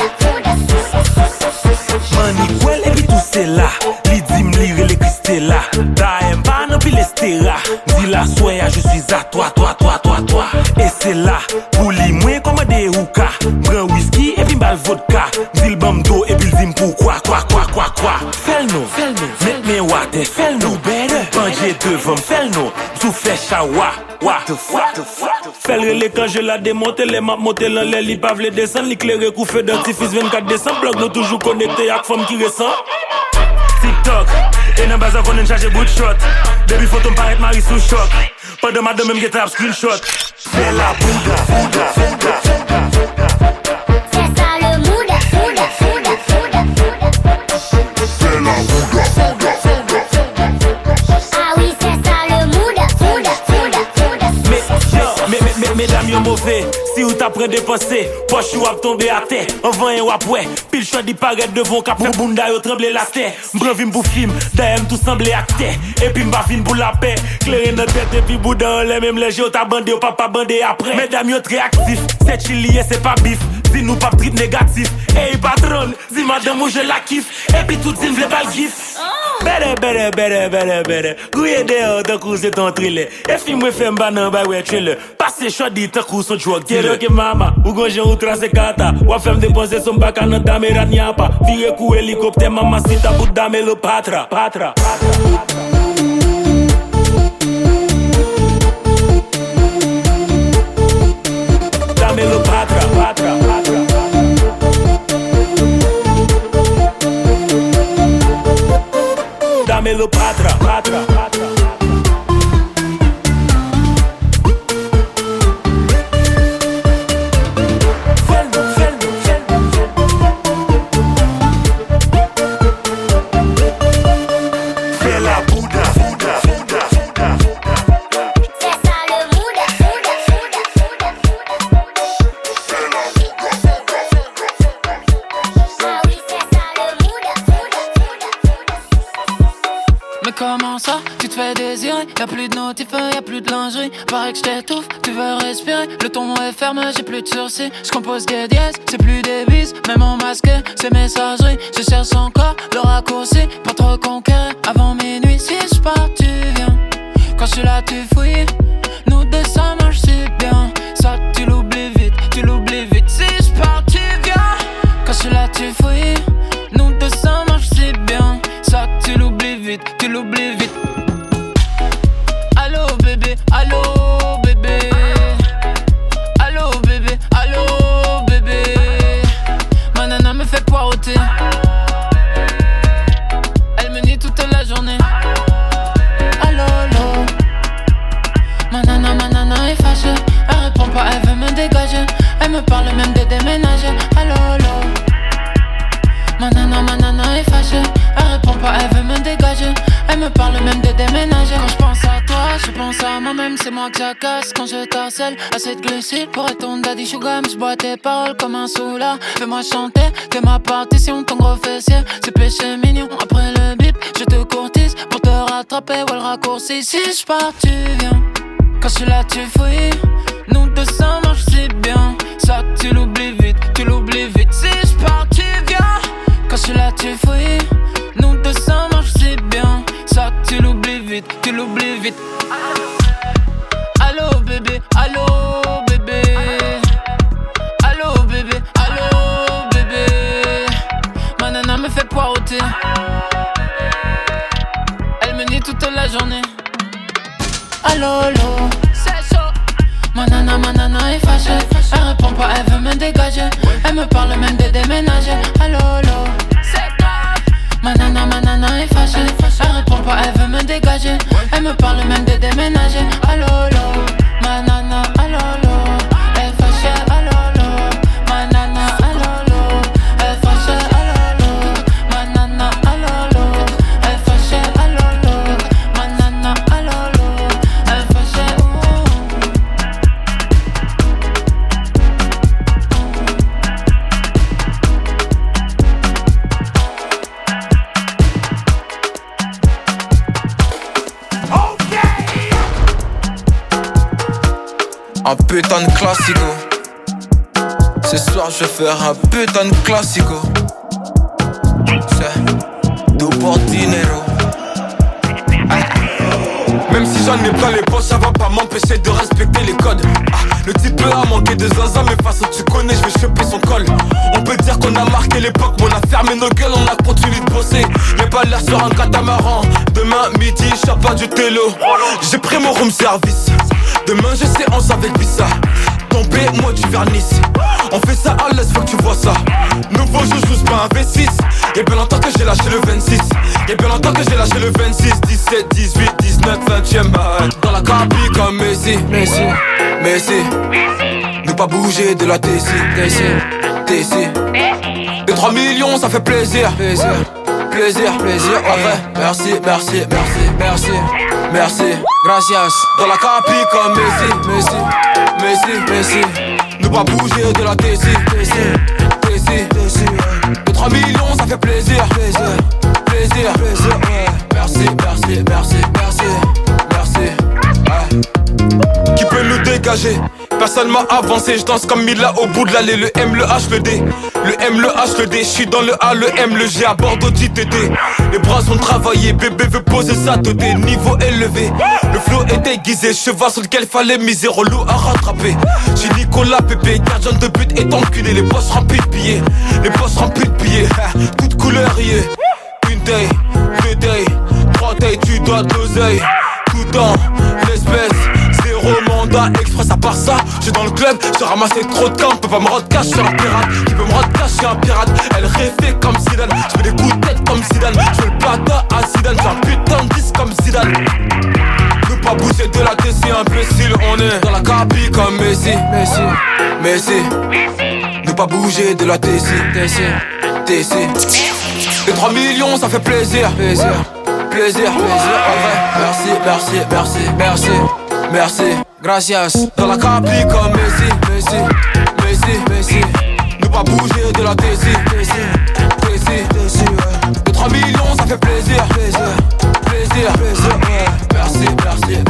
mood. Maniquel et puis tout c'est là. Li dit m'lire les cristella. D'ailleurs pas non pile estera. Dis la soya je suis à toi, toi, toi, toi, toi. Et c'est là pour li moins comme des hookah. Prends whisky et puis bal vodka. Dis le bam d'eau et puis le dim pourquoi, quoi, quoi, quoi, quoi. Fais le no, fais le no. Make me water, fais le no. Manger devant, fais le no. Sous fait chawa. What the fuck, the fuck, the fuck. Fais le relais quand je la démonte, les maps monter dans l'air, li pavle descendre, l'éclairé coup fait dentifrice vingt-quatre décembre, blog nous toujours connecté avec femme qui ressent. TikTok, et dans bazar qu'on a chargé bout de shot. Baby photo m'paraît Marie sous choc. Pas de madame même qui tape screenshot. Fais la bouga, bouga, bouga. C'est ça le mood, mood, mood, mood. Fais la bouga, bouga, bouga. Ah oui, c'est ça le mood, mood, mood, mood. Mais, yo, mais, mais, mais, mesdames yo mauvais. Si ou t'apprends dépenser, poche ou ap tomber à terre. En vent et wap ouais. Pile choix d'y paraître devant cap pour bunda yo trembler la terre. M'branvim pour film, d'ailleurs tout semblé acteur. Et puis m'ba fin pour la paix. Clairer notre tête et puis boudan les mêmes léger ou ta bandé ou papa bandé après. Mesdames yo très actif, c'est chili et c'est pas bif. Dis nous pas trip négatif. Hey patron, dis madame où je la kiffe. Et puis tout dit m'vle pas le gif. Better, better, better, better, better. Gouye dehors, d'un coup c'est ton thriller. Et film me fait m'banan by way trailer. Passez chaud dit d'un coup son drug dealer. Ok mama, ou gonje ou trace kata. Ou a femme dépenser son bac à notre dame et ranyapa. Vire coup hélicoptère, maman si ta bout dame le patra, patra, patra. Dame le patra, patra, patra. Dame le patra, patra, patra. Y'a plus de notifs, y'a plus de lingerie. Paraît que j't'étouffe, tu veux respirer. Le ton est ferme, j'ai plus de sursis. J'compose des dièses, c'est plus des bises. Même en masqué, c'est messagerie. Je cherche encore le raccourci pour te reconquérir avant minuit. Si j'pars, tu viens. Quand j'suis là, tu fouilles. Nous deux, ça marche si bien. Ça, tu l'oublies vite, tu l'oublies vite. Si j'pars, tu viens. Quand j'suis là, tu fouilles. Nous deux, ça marche si bien. Ça, tu l'oublies vite, tu l'oublies vite. Allô bébé, allô bébé. Allô bébé, allô bébé. Ma nana me fait poireauter. Elle me nie toute la journée. Allô, allô. Ma nana, ma nana est fâchée. Elle répond pas, elle veut me dégager. Elle me parle même de déménager. Allô, allô. Ma nana, ma nana est fâchée. Elle répond pas, elle veut me dégager. Elle me parle même de déménager. Quand je pense à toi, je pense à moi-même. C'est moi que j'acasse quand je t'harcèle. Assez de glucides pour être ton daddy sugar. Mais je bois tes paroles comme un soulard. Fais-moi chanter, t'es ma partition. Ton gros fessier, c'est péché mignon. Après le bip, je te courtise pour te rattraper ou le raccourci. Si je pars, tu viens. Quand je suis là, tu fouilles. Nous deux, ça marche si bien. Ça, tu l'oublies vite, tu l'oublies vite. Si je pars, tu viens. Quand je suis là, tu fouilles. Nous deux, ça marche si bien. Ça, tu l'oublies vite, tu l'oublies vite. Allô bébé, allô bébé. Allô bébé, allô bébé. Ma nana me fait poireauter. Elle me nie toute la journée. Allô, allô, c'est chaud. Ma nana, ma nana est fâchée. Elle répond pas, elle veut me dégager. Elle me parle même de déménager. Allô, allô, c'est grave. Ma nana, ma nana est fâchée. Elle répond pas, elle veut me dégager. Elle me parle même de déménager. Allô, allô, ma nana, allô, allô. Elle est fâchée, allô, allô. Ma nana, allô, allô. Elle est fâchée, allô, allô. Ma nana, allô, allô. Elle est fâchée, allô, allô. Ma nana, allô, allô. Elle est fâchée, ouh. Un putain de classico. Ce soir je vais faire un putain de classico. C'est tout pour dinero. Même si j'en ai plein les poches, ça va pas m'empêcher de respecter les codes. Ah, le type a manqué de zaza, mais façon tu connais, je vais choper son col. On peut dire qu'on a marqué l'époque, mais on a fermé nos gueules, on a continué de bosser. Y'a pas l'air sur un catamaran. Demain midi, je pas du télo. J'ai pris mon room service. Demain j'ai séance avec Bissa. Tombé, moi du vernis. On fait ça à l'aise, faut que tu vois ça. Nouveau jeu, je pas un V six. Y'a bien longtemps que j'ai lâché le vingt-six. Y'a bien longtemps que j'ai lâché le vingt-six. Dix-sept, dix-huit, dix-neuf, vingtième balle. Dans la cabine comme Messi. Messi, Messi. Ne pas bouger de la T C. T C, T C. De trois millions, ça fait plaisir. Plaisir, plaisir, plaisir. En vrai, merci, merci, merci, merci, merci. Gracias. Dans la cabine comme Messi. Messi, Messi, Messi. Ne pas bouger de la T C. T C, T C, T C. De trois millions, ça fait plaisir. Plaisir, plaisir, plaisir. Ouais. Merci, merci, merci, merci, merci. Ouais. Qui peut nous dégager? Personne m'a avancé, je danse comme Mila au bout de l'allée. Le M, le H, le D. Le M, le H, le D. Je suis dans le A, le M, le G à Bordeaux, J T T. Les bras sont travaillés, bébé veut poser sa tête. Niveau élevé, le flow est déguisé. Cheval sur lequel fallait miser, relou à rattraper. J'ai Nicolas Pépé, gardien de but est enculé. Les poches remplies de billets, les poches remplies de billets. Toute couleur y est. Une day, deux day, trois day, tu dois de l'oseille. Tout dans l'espèce. Zéro mandat express à part ça. J'suis dans le club, j'ai ramassé trop de camps. Peut pas me rendre cash, j'suis un pirate. Qui peut me rendre cash, j'suis un pirate. Elle rêvait comme Zidane. J'fais des coups de tête comme Zidane. J'fais le bata à Zidane. J'ai un putain de disque comme Zidane. Ne pas bouger de la T C, imbécile. On est dans la cabine comme Messi. Messi, Messi. Ne pas bouger de la T C. T C, T C. Les trois millions, ça fait plaisir. Plaisir, plaisir, plaisir. En vrai, merci, merci, merci, merci. Merci, gracias. Dans la cabine comme Messi, Messi, Messi, Messi. Ne pas bouger de la T C, T C, T C, T C, ouais. De trois millions, ça fait plaisir, plaisir, plaisir, plaisir, ouais. Merci, merci,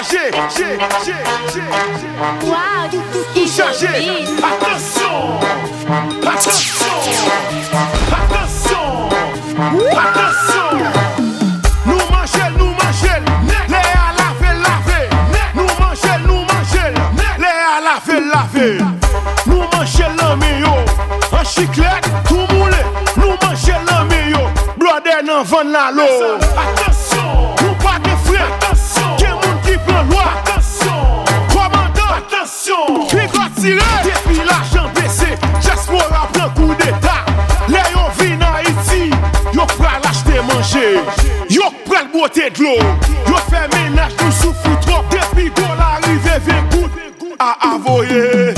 chargé, j'ai, j'ai, j'ai, j'ai. Wow, tout, tout, tout chargé. Attention, attention, attention, attention. Nous mangeons, nous mangeons, les à laver, laver. Nous mangeons, nous mangeons, les à laver, laver. Nous mangeons l'amio, en chiclette, tout moulé. Nous mangeons l'amio, brother n'en vend la l'eau. Attention, nous pas de frères, attention. Quel monde qui prend loi, attention. Commandant, attention. Qui doit tirer, depuis l'argent baissé, Diaspora prend coup d'état. Les yon vin en Haïti, yon pral l'acheter manger. Yon pral botter de l'eau. Yon fait ménage, nous souffre trop. Depuis qu'on l'arrive, vingt gouttes à avoyer.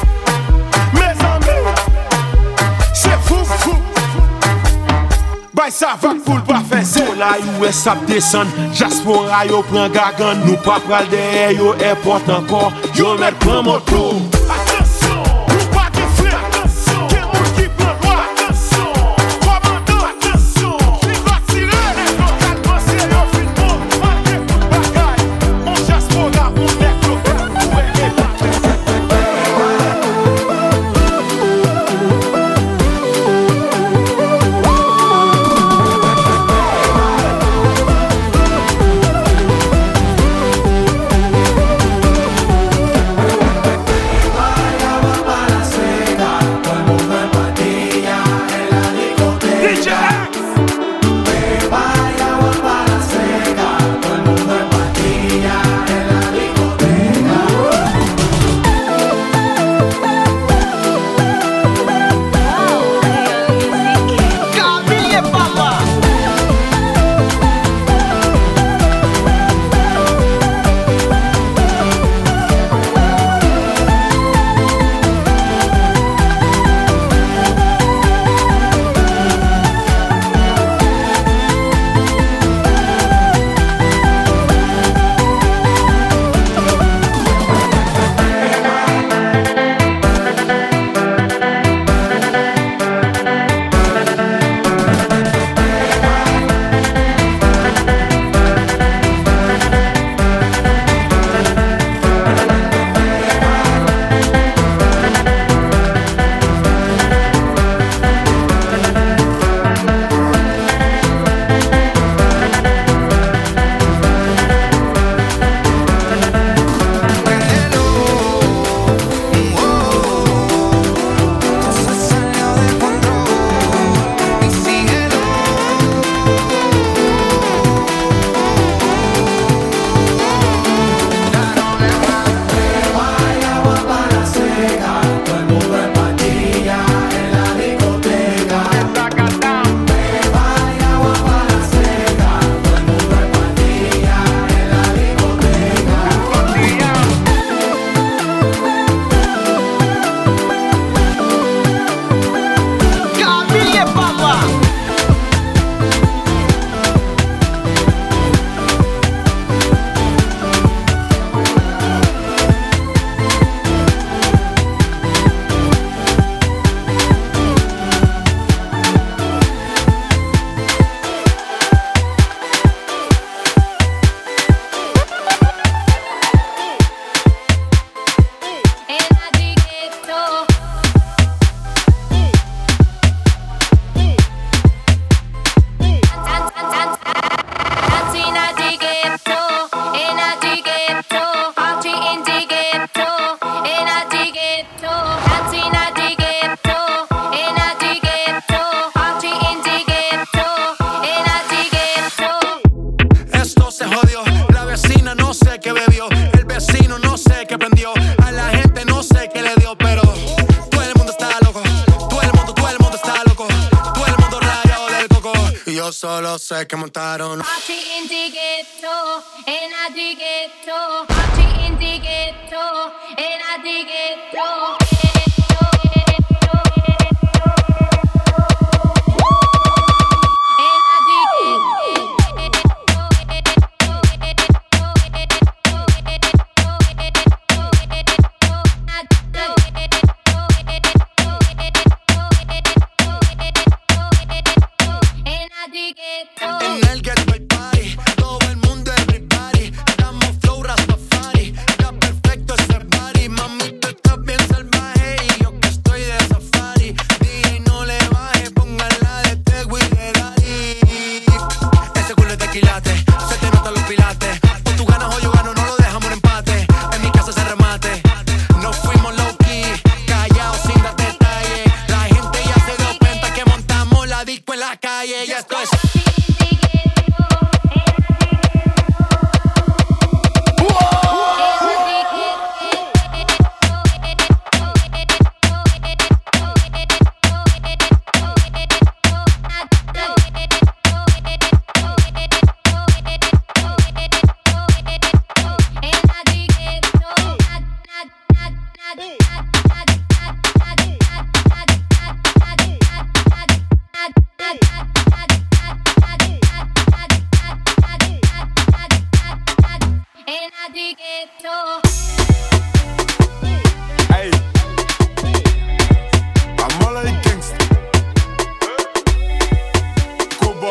Bay sa va koul pa fè se. Dola U S ap desan, Diaspora yo pran gagan. Nou pa pral derrière yo airport encore. Yo met pran moto. Attention, nou pa de frère. Attention, quel monde qui prend loi. Attention, commandant. Attention, li va tirer. Les locales pensent yo fin bon. Malgré tout bagay, on Diaspora, on est local. Ouais, et pas. Solo sé que montaron Party in the ghetto, in a the ghetto. Party in the ghetto, in a the ghetto. En el ghetto hay party, todo el mundo everybody. Damos flow, raspa Hey, I'm all like gangsta. Koba.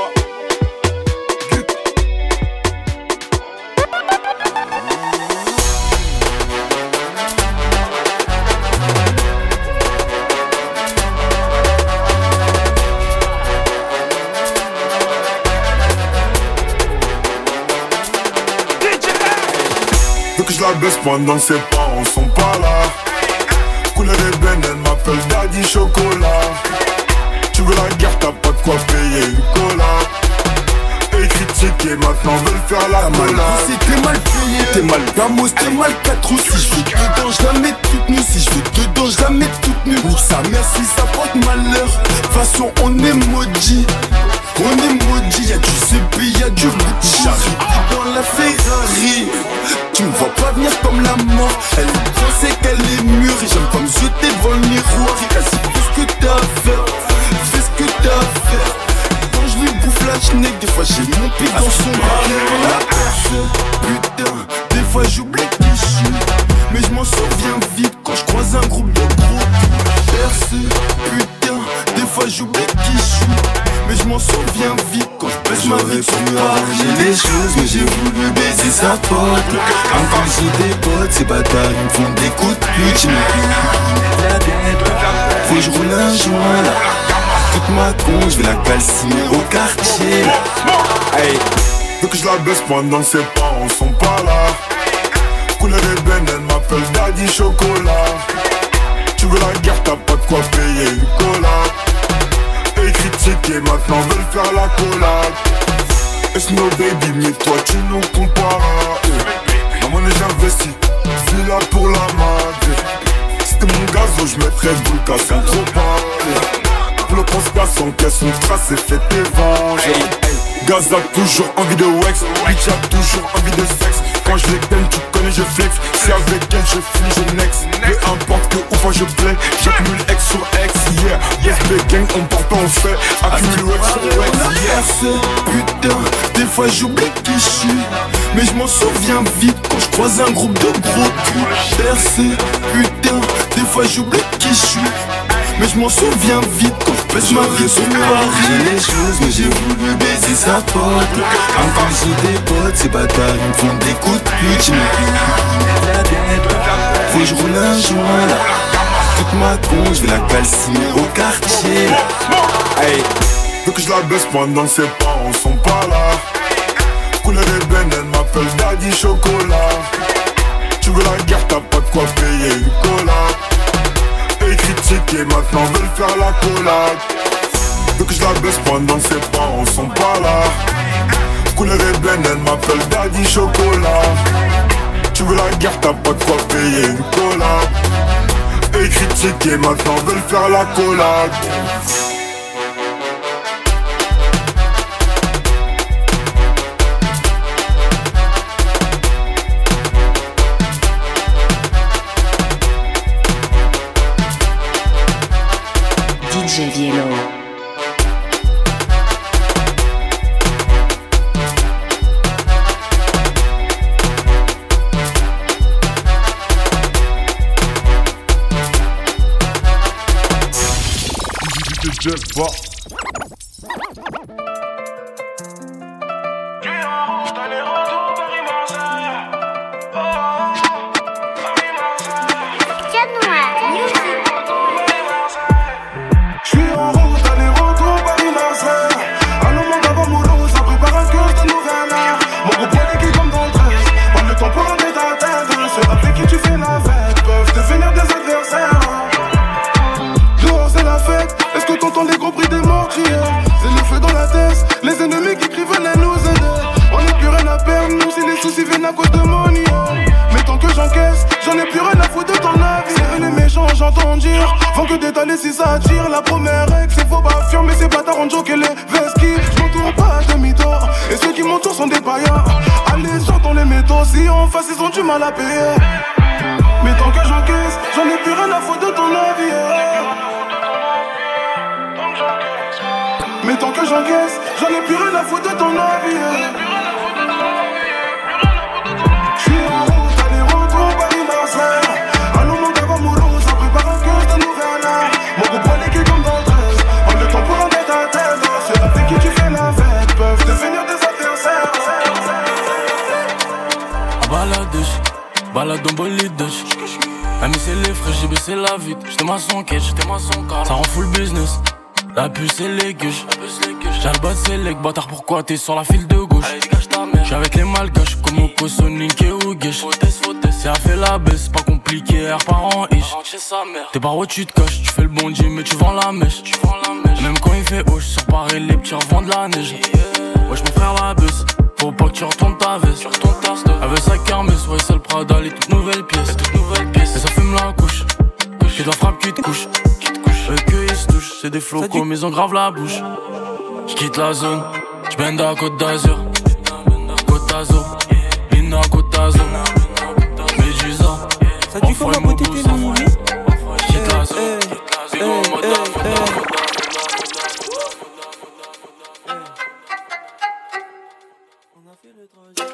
Veux que je la baisse pendant ses parents sont pas là. Couleur ébène, elle m'appelle Daddy Chocolat. Tu veux la guerre, t'as pas de quoi payer une cola. Et critiquer maintenant veulent faire la cola. Si t'es mal payé, t'es mal gamos, t'es mal quatre ou si je veux dedans, je la mets toute nue. Si je veux dedans, je la mets toute nue. Pour sa mère si ça porte malheur. De toute façon on est maudit. On est maudit, y'a du C P, y'a du Gucci. J'arrive dans la Ferrari. Tu me vois pas venir comme la mort. Elle pensait qu'elle est mûre. Et j'aime pas me jeter devant le miroir. Et vas-y, fais ce que t'as à faire. Fais ce que t'as à faire. Quand je lui bouffe la schneck, des fois j'ai mon pied dans son bras. La perce, putain, des fois j'oublie qui je suis. Mais je m'en souviens vite quand je croise un groupe de gros. Perce, putain, des fois j'oublie qui je suis. Mais je m'en souviens vite quand je baisse ma vie sur arranger les choses, mais j'ai voulu baiser sa pote. Quand quand j'ai des potes, ces bâtards ils me font des coups de pute. J'ai mis la tête, faut que je roule un joint là. Toute ma con, je vais la calciner au quartier là. Hey, veux que je la baisse pendant ses parents sont pas là. Couleur ébène, elle m'appelle Daddy Chocolat. Tu veux la guerre, t'as pas de quoi payer une cola. Et critiquer maintenant veulent faire la collab. It's no baby, mais toi tu nous compares. La monnaie j'investis, villa pour la madre. C'était mon gazo, je mettrais boule casse un trop pas. Pour le prosper sans caisse, on trace et fait tes venges. Gaz a toujours envie de wax, bitch a toujours envie de sexe. Quand je les t'aime, tu connais, je flex. Si avec elle je finis, je next. Peu importe que où fois je plais, j'accumule X sur X, yeah. Yes, les gangs, on part pas, on fait. Accumule X sur X, yeah. Putain, des fois j'oublie qui je suis. Mais je m'en souviens vite quand je croise un groupe de gros culs. Percé, putain, des fois j'oublie qui je suis. Mais je m'en souviens vite quand je baisse ma vie sur arranger les choses, mais j'ai voulu baiser sa pote. Quand quand j'ai des potes, ces bâtards ils me font des coups de pute. J'ai mis la tête, faut que je roule un joint là. Toute ma con, je vais la calciner au quartier là. Hey, veux que je la baisse pendant ses parents sont pas là. Couleur ébène, elle m'appelle Daddy Chocolat. Tu veux la guerre, t'as pas de quoi payer une cola. Et critiquer maintenant veulent faire la collab. Veux que je la baisse pendant ses parents sont pas là. Couleur ébène, elle m'appelle Daddy Chocolat. Tu veux la guerre, t'as pas de quoi payer une collab. Et critiquer maintenant veulent faire la collab. D J Viello. Just va. À cause de mon I A. Mais tant que j'encaisse, j'en ai plus rien à foutre de ton avis. C'est eux les méchants, j'entends dire. Vont que détaler si ça tire. La première règle, c'est faut pas affirmer ces bâtards en joke et les vesquilles. J'm'entoure pas de mythos. Et ceux qui m'entourent sont des païens. Allez, j'entends les métaux. Si en face, ils ont du mal à payer. Mais tant que j'encaisse, j'en ai plus rien à foutre de ton avis. Mais tant que j'encaisse, j'en ai plus rien à foutre de ton avis. J'suis en route, allez, baladèche, balade en bolidèche. Elle mis c'est les frais, j'ai baissé la vitre. J'étais ma son quête, j'étais ma son car. Ça rend full business. La puce et les gueuches. J'ai le bas de ses legs, bâtard pourquoi t'es sur la file de gauche. J'suis avec les malgaches comme Oko, Sonic et Ougesh. C'est à fait la baisse, pas compliqué, air par en ish. T'es par où tu te caches, tu fais le bon Dieu mais tu vends la mèche. Même quand il fait hoche, sur Paris les petits revendent de la neige. Wesh mon frère la baisse, faut pas que tu retournes ta veste. Elle veut sa kermesse, ouais c'est le Prada, les toutes nouvelles pièces. Et ça fume la couche, que de la frappe qui te couche. Eux que ils se touchent, c'est des flocos mais ils ont grave la bouche. J'quitte la zone, j'bende à Côte d'Azur. Côte d'Azur, Lina Côte d'Azur. Médusa, ça dit comme la beauté t'es mimi. J'quitte la zone, c'est gros en mode On a fait le trajet.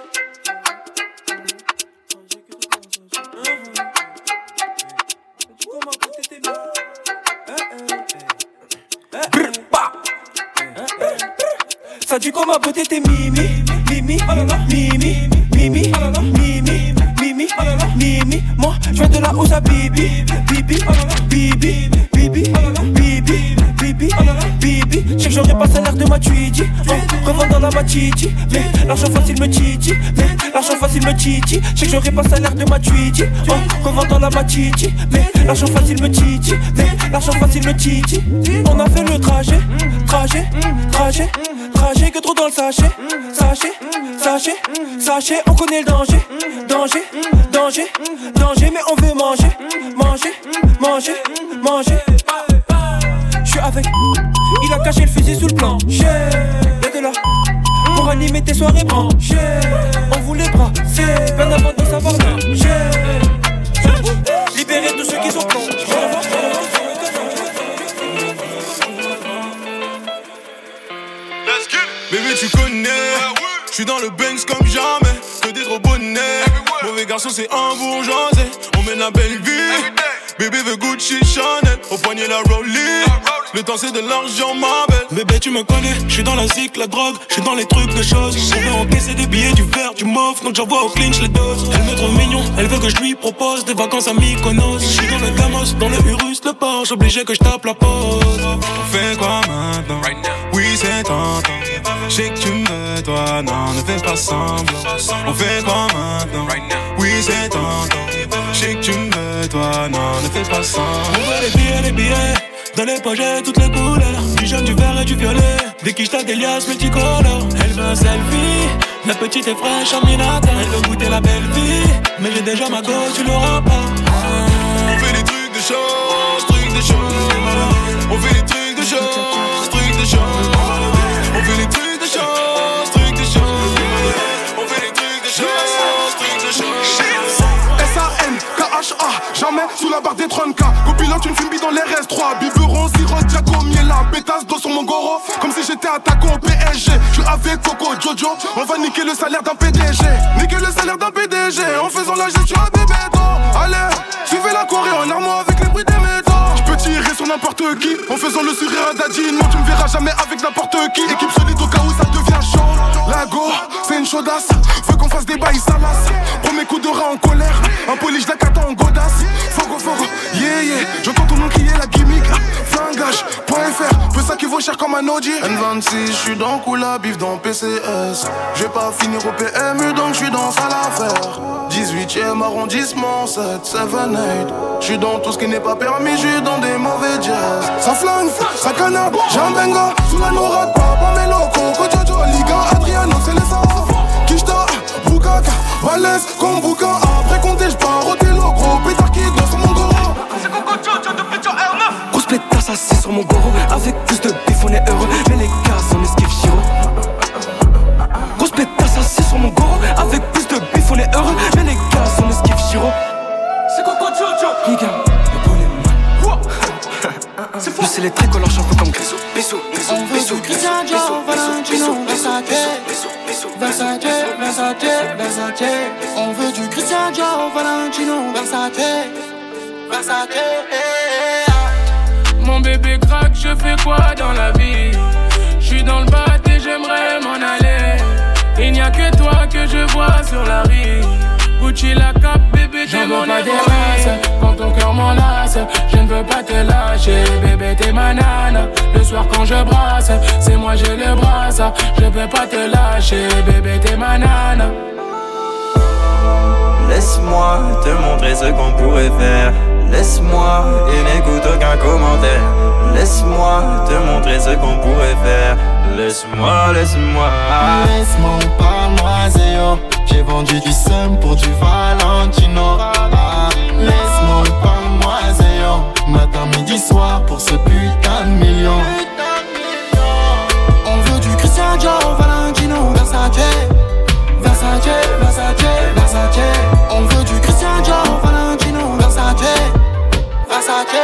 Ça dit comme ma beauté t'es mimi, mimi, mimi, mimi, mimi, mimi, mimi. Moi je viens de la Ouza bibi, bibi, bibi, bibi, bibi, bibi, bibi. Je sais que j'aurais pas salaire de ma tweety, en revendant la machiti. Mais l'argent facile me titi, mais l'argent facile me titi. Je sais que j'aurais pas salaire de ma tweety, en revendant la machiti. Mais l'argent facile me titi, mais l'argent facile me titi. On a fait le trajet, trajet, trajet. Trajet que trop dans le sachet, sachet, sachet, sachet, on connaît le danger, danger, danger, danger, mais on veut manger, manger, manger, manger. J'suis avec, il a caché le fusil sous le plancher. Y'a de là, pour animer tes soirées branchées. On voulait brasser, bien avant de savoir nager. Libérer tous ceux qui sont plongés. Bébé tu connais, j'suis dans le Banks comme jamais, que des gros bonnets. Mauvais garçon c'est un bourgeoisé, on mène la belle vie. Bébé veut Gucci, Chanel, au poignet la Rollie. Le temps c'est de l'argent ma belle. Bébé tu me connais, j'suis dans la zik, la drogue, j'suis dans les trucs de choses. On veut encaisser des billets, du verre, du mauve, donc j'envoie au clinch les doses. Elle me trouve mignon, elle veut que je lui propose des vacances à Mykonos. J'suis dans le Gamos, dans le Urus, le Porsche, obligé que je tape la pause. On fait quoi maintenant? Oui c'est tentant, j'sais que tu me veux toi, non ne fais pas semblant. On fait quoi maintenant? Oui c'est tentant, j'sais que tu me veux toi, non ne fais pas semblant. On veut les billets, les billets, dans les poches toutes les couleurs, du jaune, du vert et du violet. Des quichetas, des liasses multicolores. Elle veut un selfie, la petite est fraîche en minata. Elle veut goûter la belle vie, mais j'ai déjà ma gosse, tu l'auras pas. On fait des trucs de choses, trucs de choses. On fait des trucs de choses, trucs de choses. On fait des trucs de choses, trucs de choses. On fait des trucs de choses, trucs de choses. S A N, K H A, jamais sous la barre des trente K. Copilote une fumée dans les R S trois. Biberon, sirop, Diaco, Miela. Pétasse d'eau sur mon goro, comme si j'étais attaquant au P S G. J'suis avec Coco, Jojo, on va niquer le salaire d'un P D G. Niquer le salaire d'un P D G, en faisant la gestion à des bétons. Allez, suivez la Corée en armoire avec les bruits des métaux. J'peux tirer sur n'importe qui, en faisant le sourire à Daddy. Non, tu me verras jamais avec n'importe qui. Équipe solide au cas où ça devient chaud. La go, c'est une chaudasse, faut qu'on fasse des bails salaces. Premier coup de rat en colère, un polish d'Akata en godasse. Fogo, fogo, yeah, yeah, j'entends tout le monde crier la gimmick. Flingage, point F R, peu ça qui vaut cher comme un O G. N vingt-six, j'suis dans Koula, bif dans P C S. J'vais pas finir au P M U donc j'suis dans sale affaire. dix-huitième arrondissement, sept, sept, huit. J'suis dans tout ce qui n'est pas permis, j'suis dans des mauvais jazz. Ça flingue, ça canard, j'ai un benga. Sous la nourade, papa, Melo, Coco, Jojo, Liga, Adriano, c'est les enfants. Kishta, Bukaka, Balès, comme Bouka. Après compter, j'pars au télo, gros pétard qui glisse sur mon goro. C'est Coco Jojo depuis ton R neuf. Grosse pétasse assis sur mon goro. Avec plus de bif, on est heureux. Mais les gars, on esquive Chiro. Grosse pétasse assis sur mon goro. Avec plus de bif, on est heureux. Mais les gars, on esquive Chiro. C'est Coco Jojo. Les gars, le bon est mal. C'est fou. C'est les tricolores champions comme Grisou. Bisous, bisous, bisous, bisous, bisous, bisous, Versace, Versace, Versace, Versace. On veut du Christian Dior, Valentino, Versace, Versace. Mon bébé craque, je fais quoi dans la vie? J'suis dans le bat et j'aimerais m'en aller. Il n'y a que toi que je vois sur la rive. Gucci la cape, bébé, t'es mon héros. Des races, quand ton cœur m'enlace, je ne veux pas te lâcher, bébé, t'es ma nana. Le soir quand je brasse, c'est moi j'ai le bras, ça. Je peux pas te lâcher, bébé, t'es ma nana. Laisse-moi te montrer ce qu'on pourrait faire. Laisse-moi et n'écoute aucun commentaire. Laisse-moi te montrer ce qu'on pourrait faire. Laisse-moi, laisse-moi. Laisse-moi, parle-moi, Zéo. J'ai vendu du seum pour du Valentino. Ah, laisse-moi, parle-moi, Zéo. Matin, midi, soir pour ce putain de million. On veut du Christian Dior, Valentino, Versace. Versace, Versace, Versace. On veut du Christian Dior, Valentino, Versace. Versace.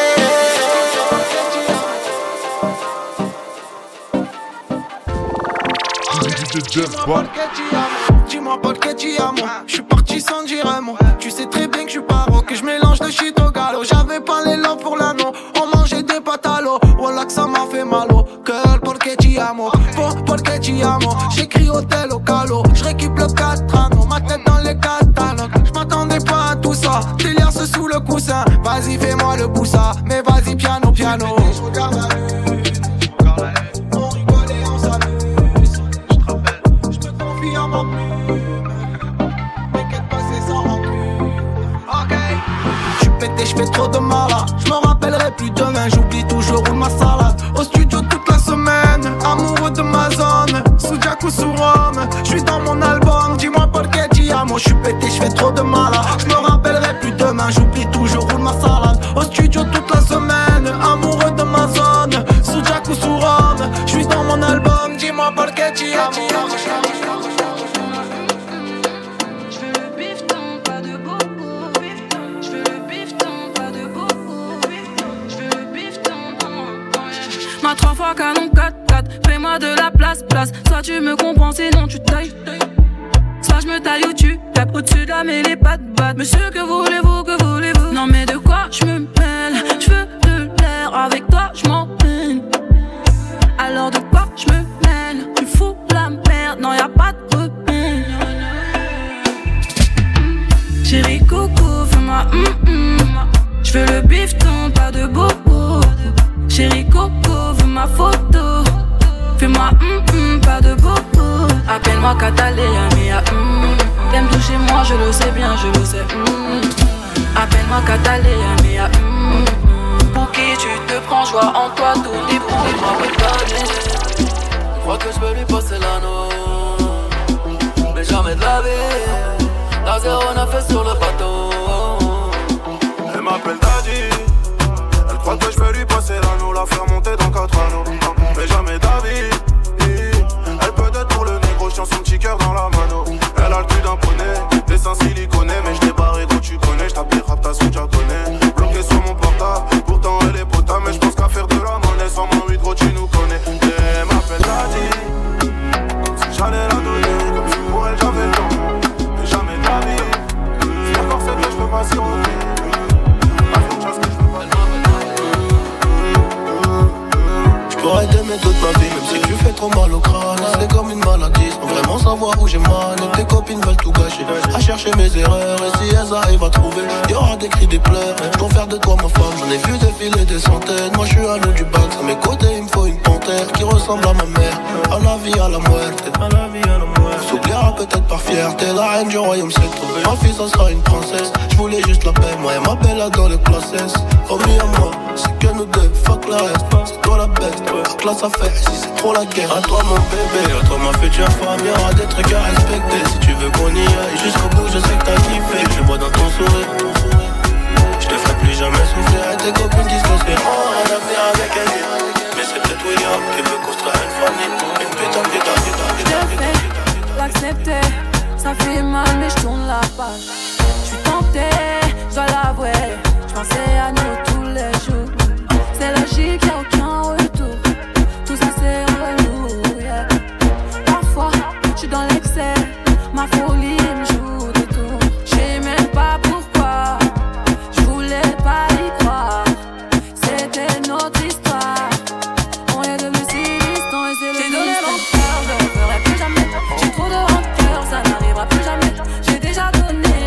Dis-moi pas que tu as moi. Je suis parti sans dire un mot. Tu sais très bien que je suis paro, que je mélange le shit au galop. J'avais pas l'élan pour l'anneau. On mangeait des pâtes à l'eau. Voilà que ça m'a fait mal au cœur. Porque ti amo, porque ti amo. J'écris hôtel au calot. J'réquipe le quatre anneaux. Ma tête dans les catalogues. J'm'attendais pas à tout ça. Délire sous le coussin. Vas-y fais-moi le boussa. Mais vas-y piano piano. J'fais trop de malade, j'me rappellerai plus demain. J'oublie toujours où ma salade. Au studio toute la semaine, amoureux de ma zone. Sous Jack ou sous Rome, j'suis dans mon album. Dis-moi porque ti amo, j'suis pété, j'fais trop de malade. J'me rappellerai plus demain, j'oublie toujours où ma salade. Au studio toute la semaine, amoureux de ma zone. Sous Jack ou sous Rome, j'suis dans mon album. Dis-moi porque ti amo. Ma trois fois canon quatre quatre, fais-moi de la place, place. Soit tu me comprends, sinon tu tailles. Soit je me taille ou tu tapes au-dessus de la mêlée, pas de batte. Monsieur, que voulez-vous, que voulez-vous? Non mais de quoi je me mêle? Je veux de l'air, avec toi je m'en peine. Alors de quoi je me mêle? Tu fous la merde, non y'a pas de repère. Chérie coco, fais-moi hum hum. Je veux le bifton, pas de bobo. Chérie coco, veux ma photo. Fais-moi hum hum, pas de bobo. Appelle-moi Catalina, mia hum. T'aimes toucher moi, je le sais bien, je le sais hum. Appelle-moi Catalina, mia hum. Pour qui tu te prends, joie en toi, tout débrouille. Moi Catalina, je crois que je peux lui passer l'anneau. Mais jamais de la vie. La zéro neuf est sur le bateau. Elle m'appelle Daddy. Elle croit que je peux lui passer l'anneau, la faire monter dans quatre anneaux. Mais jamais d'avis. Elle peut être pour le négro, je tiens son petit cœur dans la mano. Elle a le cul d'un poney, des seins siliconés. Mais je l'ai barré quand tu connais, je t'appelle rap, ta suite, connais. Bloqué sur mon portable, pourtant elle est potable. Mais je pense qu'à faire de la monnaie, sans mon huit gros tu nous connais. Et elle m'appelle Daddy. Si j'allais la donner, comme si pour elle j'avais le temps. Mais jamais d'avis. Si encore c'est que je peux pas s'y retourner. J'pourrais t'aimer toute ma vie, même si tu fais trop mal au crâne. C'est comme une maladie, sans vraiment savoir où j'ai mal. Et tes copines veulent tout gâcher, à chercher mes erreurs. Et si elles arrivent à trouver, y'aura des cris, des pleurs. Pour faire de toi ma femme, j'en ai vu défiler des centaines. Moi j'suis à l'eau du bac, à mes côtés il me faut une panthère qui ressemble à ma mère. À la vie, à la muerte, à la vie, à la muerte. S'oubliera peut-être par fierté, la reine du royaume s'est trouvée. Ma fille ça sera une princesse, j'voulais juste la paix. Moi et ma belle dans les classes S. Promis à moi, c'est que nous deux, fuck la reste. C'est toi la bête, fuck la ça fait, si c'est trop la guerre. À toi mon bébé, à toi ma future femme. Y'aura des trucs à respecter, si tu veux qu'on y aille jusqu'au bout, je sais que t'as kiffé. Je le vois dans ton sourire, je te ferai plus jamais souffrir. Et tes copines disent que c'est rare un avenir avec elle. Mais c'est peut-être William qui veut construire une famille. Une putain de putain, putain, putain, putain. L'accepter, ça fait mal mais je tourne la page. Je suis tenté, je dois l'avouer. Je pensais à nous tous les jours. C'est logique, y'a aucun retour. Tout ça c'est relou, yeah. Parfois, je suis dans l'excès. Ma folie me joue des tours. Je sais même pas pourquoi. Je voulais pas y croire. C'était notre histoire. On est devenus si distants et c'est le mystère. J'ai donné mon cœur, je ne ferai plus jamais. J'ai trop de rancœur, ça n'arrivera plus jamais. J'ai déjà donné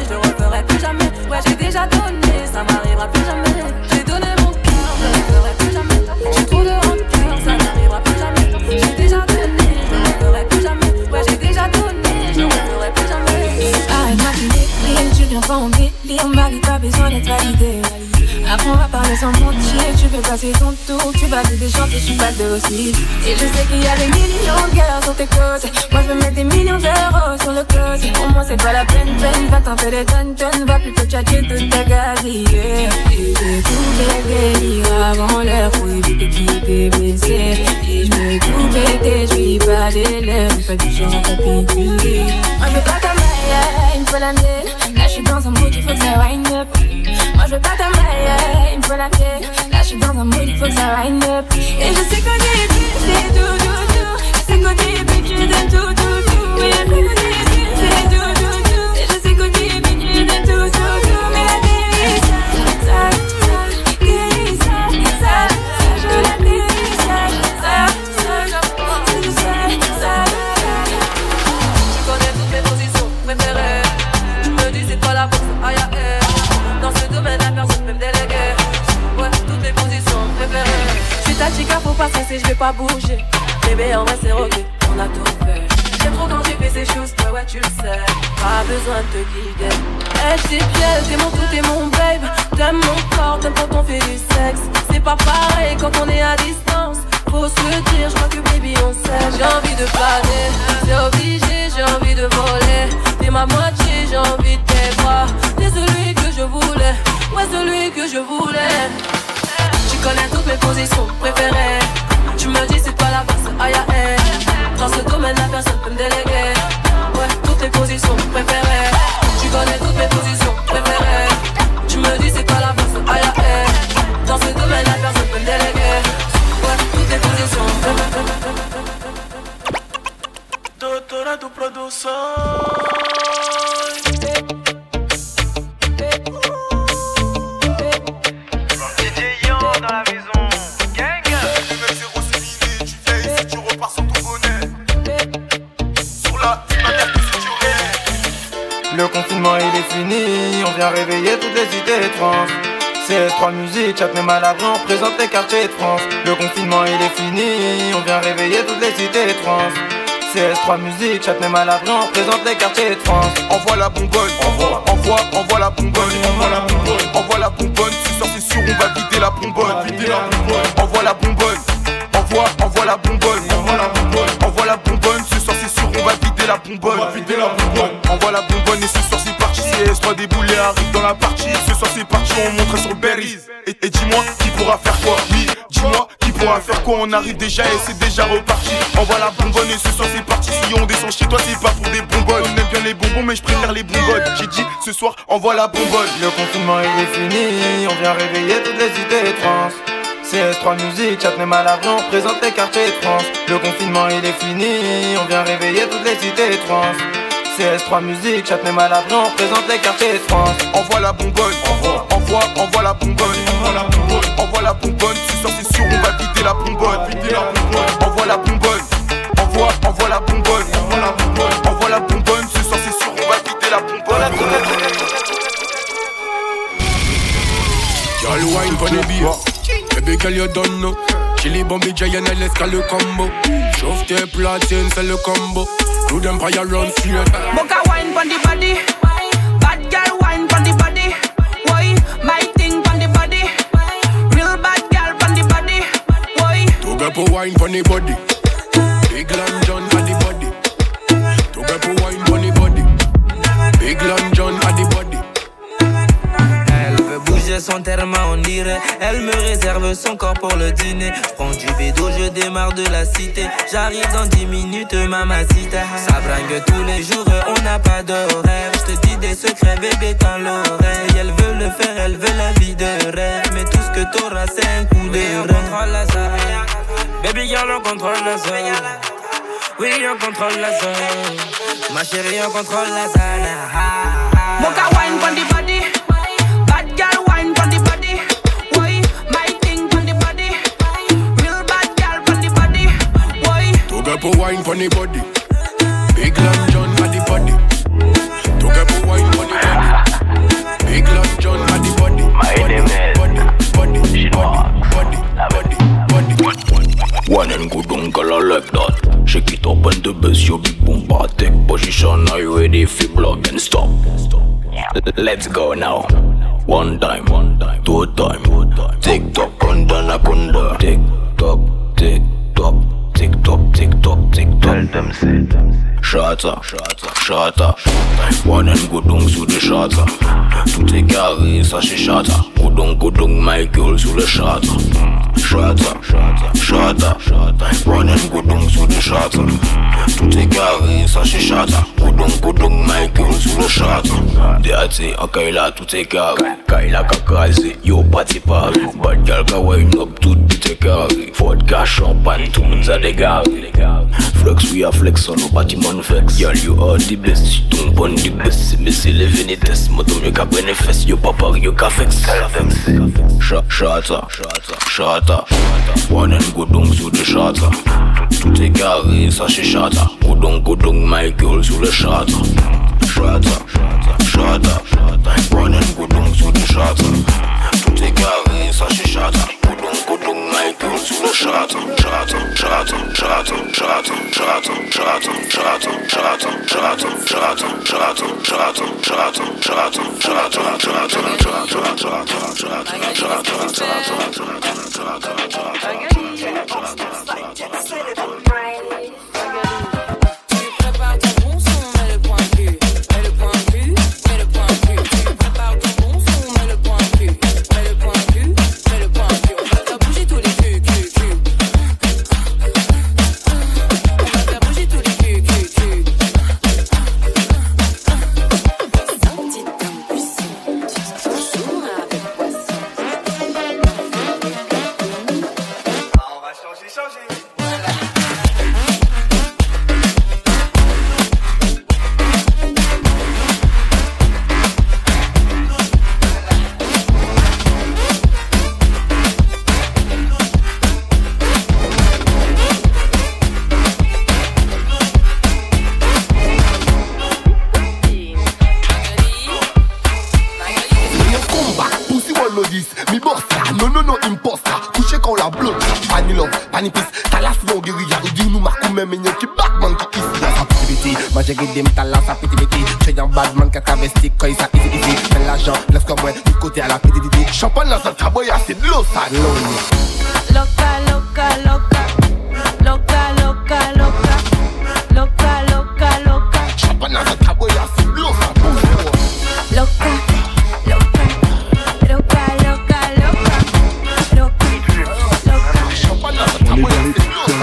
pas embellir ma vie, pas besoin d'être validé. Apprends à parler sans mentir, tu veux passer ton tour, tu vas vite chanter, je suis pas docile. Et je sais qu'il y a des millions de cœurs sur tes côtés. Moi je veux mettre des millions d'euros sur le côté. Pour moi c'est pas la peine, peine, va t'en faire des tonnes, tonnes. Va plutôt tchatcher toute ta gazière. Et j'ai tout les délires avant l'heure pour éviter qui t'est blessé. Et je me tout pété, je vis pas des lèvres, pas du genre capitulé. Moi je veux pas ta maille, il me faut la mienne. Là je suis dans un mood, il faut que ça wind up. Moi je veux pas ta maille, il me faut la mienne. Là je suis dans un mood, il faut que ça wind up. Et je sais qu'on dit c'est tout, tout, tout. Je sais qu'on dit bitch, je t'aime tout, tout, tout. Et je sais qu'on dit c'est tout, tout, tout. Et je sais qu'on dit bitch, je t'aime tout, tout, tout. Mais la télé, ça, ça, ça, télé, ça, ça, ça, je la télé, ça, ça, ça, c'est du ça, ça. Tu connais toutes mes positions préférées. Tu me dis c'est toi la boxe, aïe aïe. Dans ce domaine, la personne peut me déléguer. Ouais, toutes mes positions préférées. Je suis ta chica, faut pas stresser, je vais pas bouger. Bébé, en vrai, c'est ok, on a tout fait. J'aime trop quand tu fais ces choses, toi, ouais, tu le sais. Pas besoin de te guider. Eh, j't'ai piège, t'es mon tout, t'es mon babe. T'aimes mon corps, t'aimes quand on fait du sexe. C'est pas pareil quand on est à distance. Faut se le dire, j'crois que baby, on sait. J'ai envie de planer, c'est obligé, j'ai envie de voler. T'es ma moitié, j'ai envie de tes bras. T'es celui que je voulais, ouais, celui que je voulais. Tu connais toutes mes positions préférées. Tu me dis c'est toi la base, aïe aïe. Dans ce domaine la personne peut me déléguer. Ouais, toutes les positions préférées. Tu connais toutes mes positions préférées. Tu me dis c'est toi la base, aïe aïe. Dans ce domaine la personne peut me déléguer. Ouais, toutes les positions préférées. Doutora do produção. Dans la maison, gang. Le zéro c'est l'idée, tu viens ici, tu repars sur ton bonnet. Sur la manière que si tu rêves. Le confinement il est fini, on vient réveiller toutes les idées trans. C S trois musique, chat même à la on présente les quartiers de France. Le confinement il est fini, on vient réveiller toutes les idées trans. C S trois musique, chat même à la on présente les quartiers de France. Envoie la bonbonne, envoie, envoie, envoie la bonbonne, envoie la bonbonne, envoie la bonbonne, ce soir c'est sûr on va vider la bonbonne, vider la bonbonne, envoie la bonbonne, envoie, envoie la bonbonne, envoie la bonbonne, envoie la bonbonne, ce soir c'est sûr on va vider la bonbonne, on va vider la bonbonne, envoie la bonbonne et ce soir c'est parti, C S trois déboulé arrive dans la partie, ce soir c'est parti, on montre sur le berries, et, et dis-moi qui pourra faire quoi, oui, dis-moi qui pourra faire quoi, on arrive déjà et c'est déjà reparti, envoie la bonbonne et ce soir c'est parti, si on descend chez toi c'est pas pour des bonbonnes, on aime bien les bonbons mais je préfère les bonbonnes, j'ai dit ce soir envoie la bonbonne. Le confinement il est fini, on vient réveiller toutes les idées trans. C S trois musique, chat même à la on présente les quartiers de France. Le confinement il est fini, on vient réveiller toutes les idées trans. C S trois musique, chat même à la on présente les quartiers de France. Envoie la bonbonne, envoie, envoie, envoie la bonbonne, envoie la bonbonne, envoie la bonbonne, ce soir c'est sûr on va vider la bonbonne, vider la bonbonne, envoie la bonbonne, envoie, envoie la bonbonne, envoie la bonbonne, envoie la bonbonne, ce soir c'est sûr on va vider la bonbonne. Girl wine for the beer, baby girl you don't know. Chili Bombi Giant and let's call le combo. Chauffe tes platines c'est le combo. Do them fire run straight. Boca wine pon the body, bad girl wine pon the body. Why my thing pon the body, real bad girl pon the body. Why? To get for wine pon the body, big Long John at the body. To get for wine pon the body, big Long John at the body. Bouger son terme on dirait. Elle me réserve son corps pour le dîner. J'prends du bédo, je démarre de la cité. J'arrive dans dix minutes, mamacita. Ça bringue tous les jours, on n'a pas d'horaire. J'te dis des secrets, bébé, dans l'oreille. Elle veut le faire, elle veut la vie de rêve. Mais tout ce que t'auras, c'est un coup de rêve. On contrôle la zone. Baby girl, on contrôle la zone. Oui, on contrôle la zone. Ma chérie, on contrôle la zone. Boca wine pon the body, bad girl wine pon the body. Why my thing pon the body, real bad girl pon the body. Why? To get for wine pon the body, big Long John at the body. To get for wine pon the body, big Long John at the body. My name is body, body, body, body, body. One and good uncle I like that. Shake it up and the bass, you big boom batek. Position, are you ready for block and stop? Let's go now. One time, one time, two time, two time. Tick tock, kunda na kunda. Tick tock, tick tock, tick tock, tick tock, tick tock. Tell them say, shata, shata, shata. One and goudon sous le shata. Tout est carré, ça c'est shata. Goudon, goudon, Michael sous le shata. Shata, shata, shata, shata. One and goudon sous le shata. Tout est carré, ça c'est shata. Goudon, goudon, Michael sous le shata. Déaté, en Kaila, tout est carré. Kaila kakazé, yo party party. Bad girl ka wine up, tout est carré. Vodka, champagne, tout le monde a dégaré. Flex, we a flex on nos bâtiments flex. Y'all you are the best, si ton bon the best. Mais c'est les vénétesses, moi ton mieux qu'à prendre fesses. Yo papa, yo qu'à flex. Shata, shata, one and goudon sous le shata. Tout est carré, ça c'est shata. Goudon, goudon, Michael sous le shata. Shata, shata, one and goudon sous le shata. Tout est carré, ça c'est shata. Goudon, goudon, Michael sous le shata. Shata, shata, shata, shata, shata, shata, shata, shata, shata, shata, shata, shata, shata, shata, shata, Champagne dans cette caboya, c'est de l'eau salée. Loca, loca, loca. Loca, loca, loca. Loca, loca, loca. Champagne dans cette caboya, c'est de l'eau salée. Loca, loca. Loca, loca, loca. Loca, loca. Champagne dans cette caboya, c'est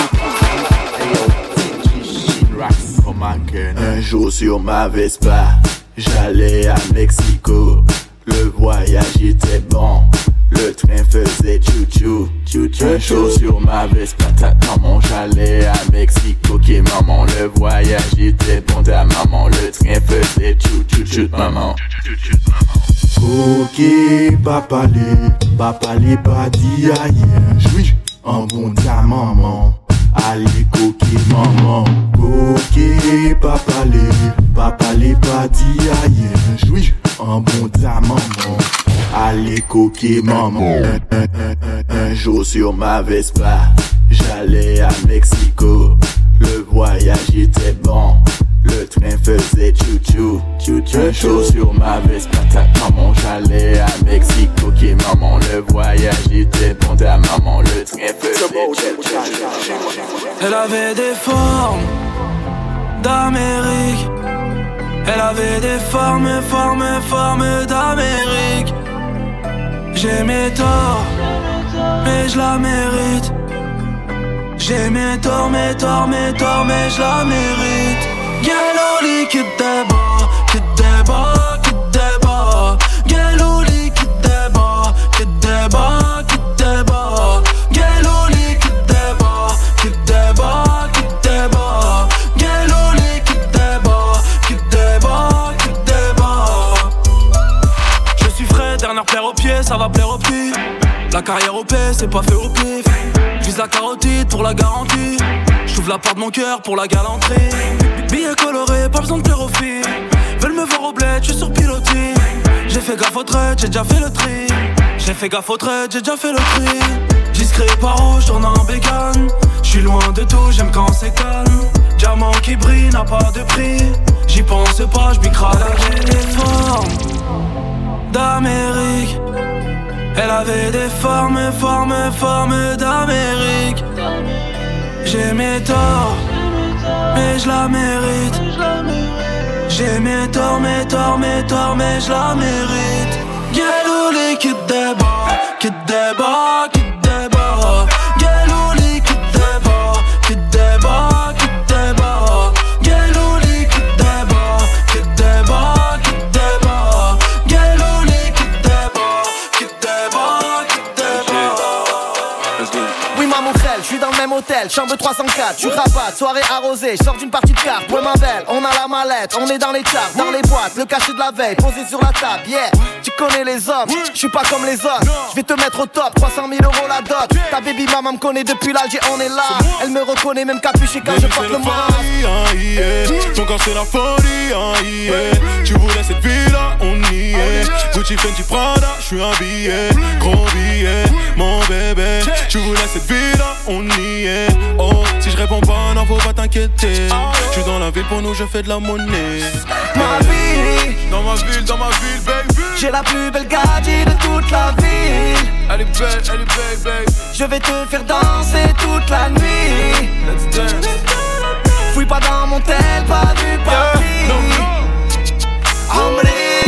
de l'eau salée. Un jour sur ma Vespa, j'allais à Mexico. Le voyage était bon, le train faisait chou-chou, chou-chou. Un jour sur ma Vespa, ta maman, j'allais à Mexico. Ok maman, le voyage était bon, ta maman, le train faisait chou-chou, chou maman. Ok, papa les, papa les pas dit aïe, joui, en bon ta maman. Allez coquille maman, ok papa les, papa les pas dit aïe, joui, en bon ta maman. Allez coquille maman. Un, un, un, un jour sur ma Vespa, j'allais à Mexico. Le voyage était bon, le train faisait chou-chou, chou-chou. Un jour sur ma Vespa, ta maman, j'allais à Mexico. Ok maman, le voyage était bon, ta maman, le train faisait chou-chou. Elle avait des formes d'Amérique. Elle avait des formes, formes, formes d'Amérique. J'ai mes torts, mais je la mérite. J'ai mes torts, mes torts, mes torts, mais je la mérite. Galoli qui débat, qui débat, qui débat. Galoli qui débat, qui débat, qui débat. Galoli qui débat, qui débat, qui débat. Galoli qui débat, qui débat, qui débat. Je suis frais, dernière paire au pied, ça va plaire au pied. La carrière au P, c'est pas fait au pif. J'vise la carotide pour la garantie. J'ouvre la porte de mon cœur pour la galanterie. Billets colorés, pas besoin de plaire aux filles. Veulent me voir au bled, j'suis sur pilotis. J'ai fait gaffe au trait, j'ai déjà fait le tri. J'ai fait gaffe au trait, j'ai déjà fait le tri. Discret par rouge, tourne en bécane. J'suis loin de tout, j'aime quand c'est calme. Diamant qui brille n'a pas de prix. J'y pense pas, j'bicrade avec des formes avait des formes, formes, formes d'Amérique. J'ai mes torts, mais je la mérite. J'ai mes torts, mes torts, mes torts, mais je la mérite. Galouli qui débat, qui débat, qui débat. Galouli qui débat, qui débat, qui débat. Galouli qui débat, qui débat, qui débat. Galouli qui débat, qui débat, qui débat. Oui maman frère, je suis dans le même hôtel, chambre trois cent quatre. Tu rabattes, soirée arrosée, je sors d'une partie de cartes. Ouais ma belle, on a la mallette, on est dans les charts, dans les boîtes, le cachet de la veille, posé sur la table, yeah. Tu connais les hommes, je suis pas comme les autres. Je vais te mettre au top, trois cent mille euros la dot. Ta baby maman me connaît depuis l'Alger, on est là. Elle me reconnaît même capuché quand je porte le masque. Ton corps c'est la folie, hein, yeah. Tu voulais cette vie là, on y est. Gucci, Fenty, Prada, je suis habillé. Gros billet, mon bébé. Tu voulais cette vie là, on y est. Oh, si je réponds pas, non faut pas t'inquiéter. Je suis dans la ville, pour nous je fais de la monnaie. Ma vie, dans ma ville, dans ma ville, baby. J'ai la plus belle gadget de toute la ville. Elle est belle, elle est belle, baby. Je vais te faire danser toute la nuit. Let's dance. Fouille pas dans mon tel, pas vu par qui. Hombre.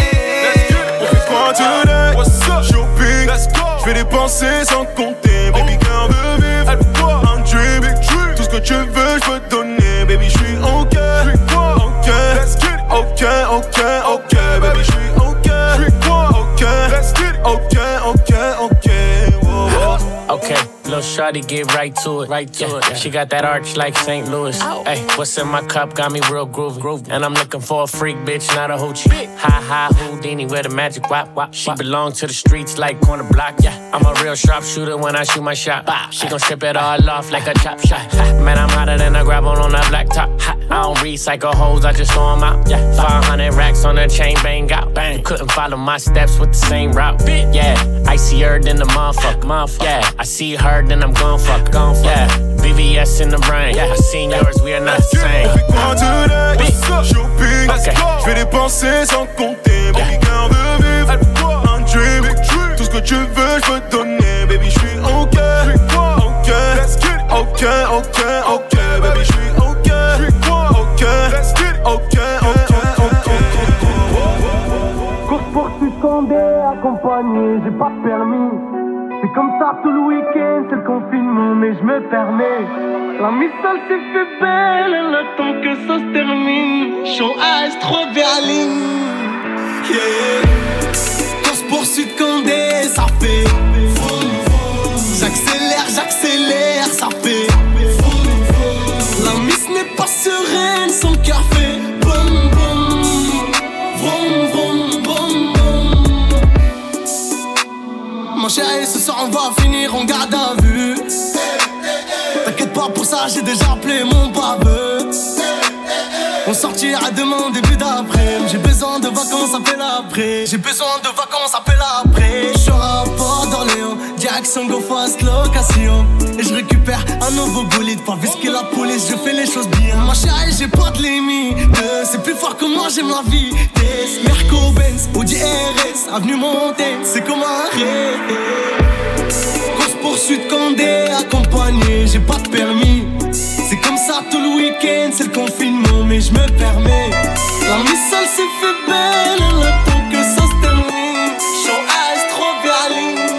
On fait quoi today? What's up? Shopping, let's go. J'fais dépenser sans compter. Baby, cœur de vivre. Elle veut quoi? Un dream, big dream. Tout ce que tu veux, j'peux te donner. Baby, j'suis ok. J'suis quoi? Ok. Let's get it. Ok, ok, ok. Baby, j'suis ok. J'suis quoi? Ok. Let's get it. Ok, ok, ok. Whoa, whoa. Okay, little shawty, get right to it. Right to yeah, it. Yeah. She got that arch like Saint Louis. Hey, what's in my cup got me real groovy. groovy. And I'm looking for a freak bitch, not a hoochie. Hi hi Houdini with a magic wop wop. She belong to the streets like corner block. Yeah, I'm a real sharpshooter when I shoot my shot. She gon' strip it all off like a chop shot. Man, I'm hotter than a grab on on that black top. I don't recycle hoes, I just throw them out. Yeah, five hundred racks on the chain, bang out. Bang. Couldn't follow my steps with the same route. Yeah, icier than the motherfucker. Motherfucker. Yeah, I see her, then I'm gon' fuck. Gon' fuck. Yeah, V V S in the brain. Yeah, I seen yours, we are not the same. On fait quoi today? What's up? Shopping, let's go. J'fais dépenser sans compter. Baby, cœur de vivre. Elle veut quoi? Un dream, big dream. Tout ce que tu veux, j'peux te donner. Baby, j'suis ok. J'suis quoi? Ok. Let's get it. Ok, ok, ok. Baby, j'suis ok. J'suis quoi? Ok. Let's get it. Ok, ok, ok. Course poursuite Condé, accompagné, j'ai pas de permis. C'est comme ça tout le week-end, c'est le confinement, mais je me permets. La missile s'est fait belle, elle attend que ça se termine. Show Ice, trop berline. Yeah. Course poursuite Condé, ça fait. J'accélère, j'accélère, ça fait. La miss n'est pas sereine, son cœur fait boum boum. Vroom vroom boum boum. Mon chéri, ce soir on va finir en garde à vue. T'inquiète pas pour ça, j'ai déjà appelé mon baveux. On sortira demain début d'après. J'ai besoin de vacances, appelle après. J'ai besoin de vacances, appelle après. Je serai à Port d'Orléans, Jackson go fast location. Et je récupère un nouveau bolide. Pas visquer la police, je fais les choses bien. Ma chérie, j'ai pas de limite. C'est plus fort que moi, j'aime la vie. Merco Benz, Audi R S, avenue Montaigne, c'est comme un rêve. Course poursuite Condé, accompagné, j'ai pas de permis. C'est comme ça tout le week-end, c'est le confinement, mais je me permets. La missile s'est fait belle, elle attend que ça se termine. Show Ice, trop berline.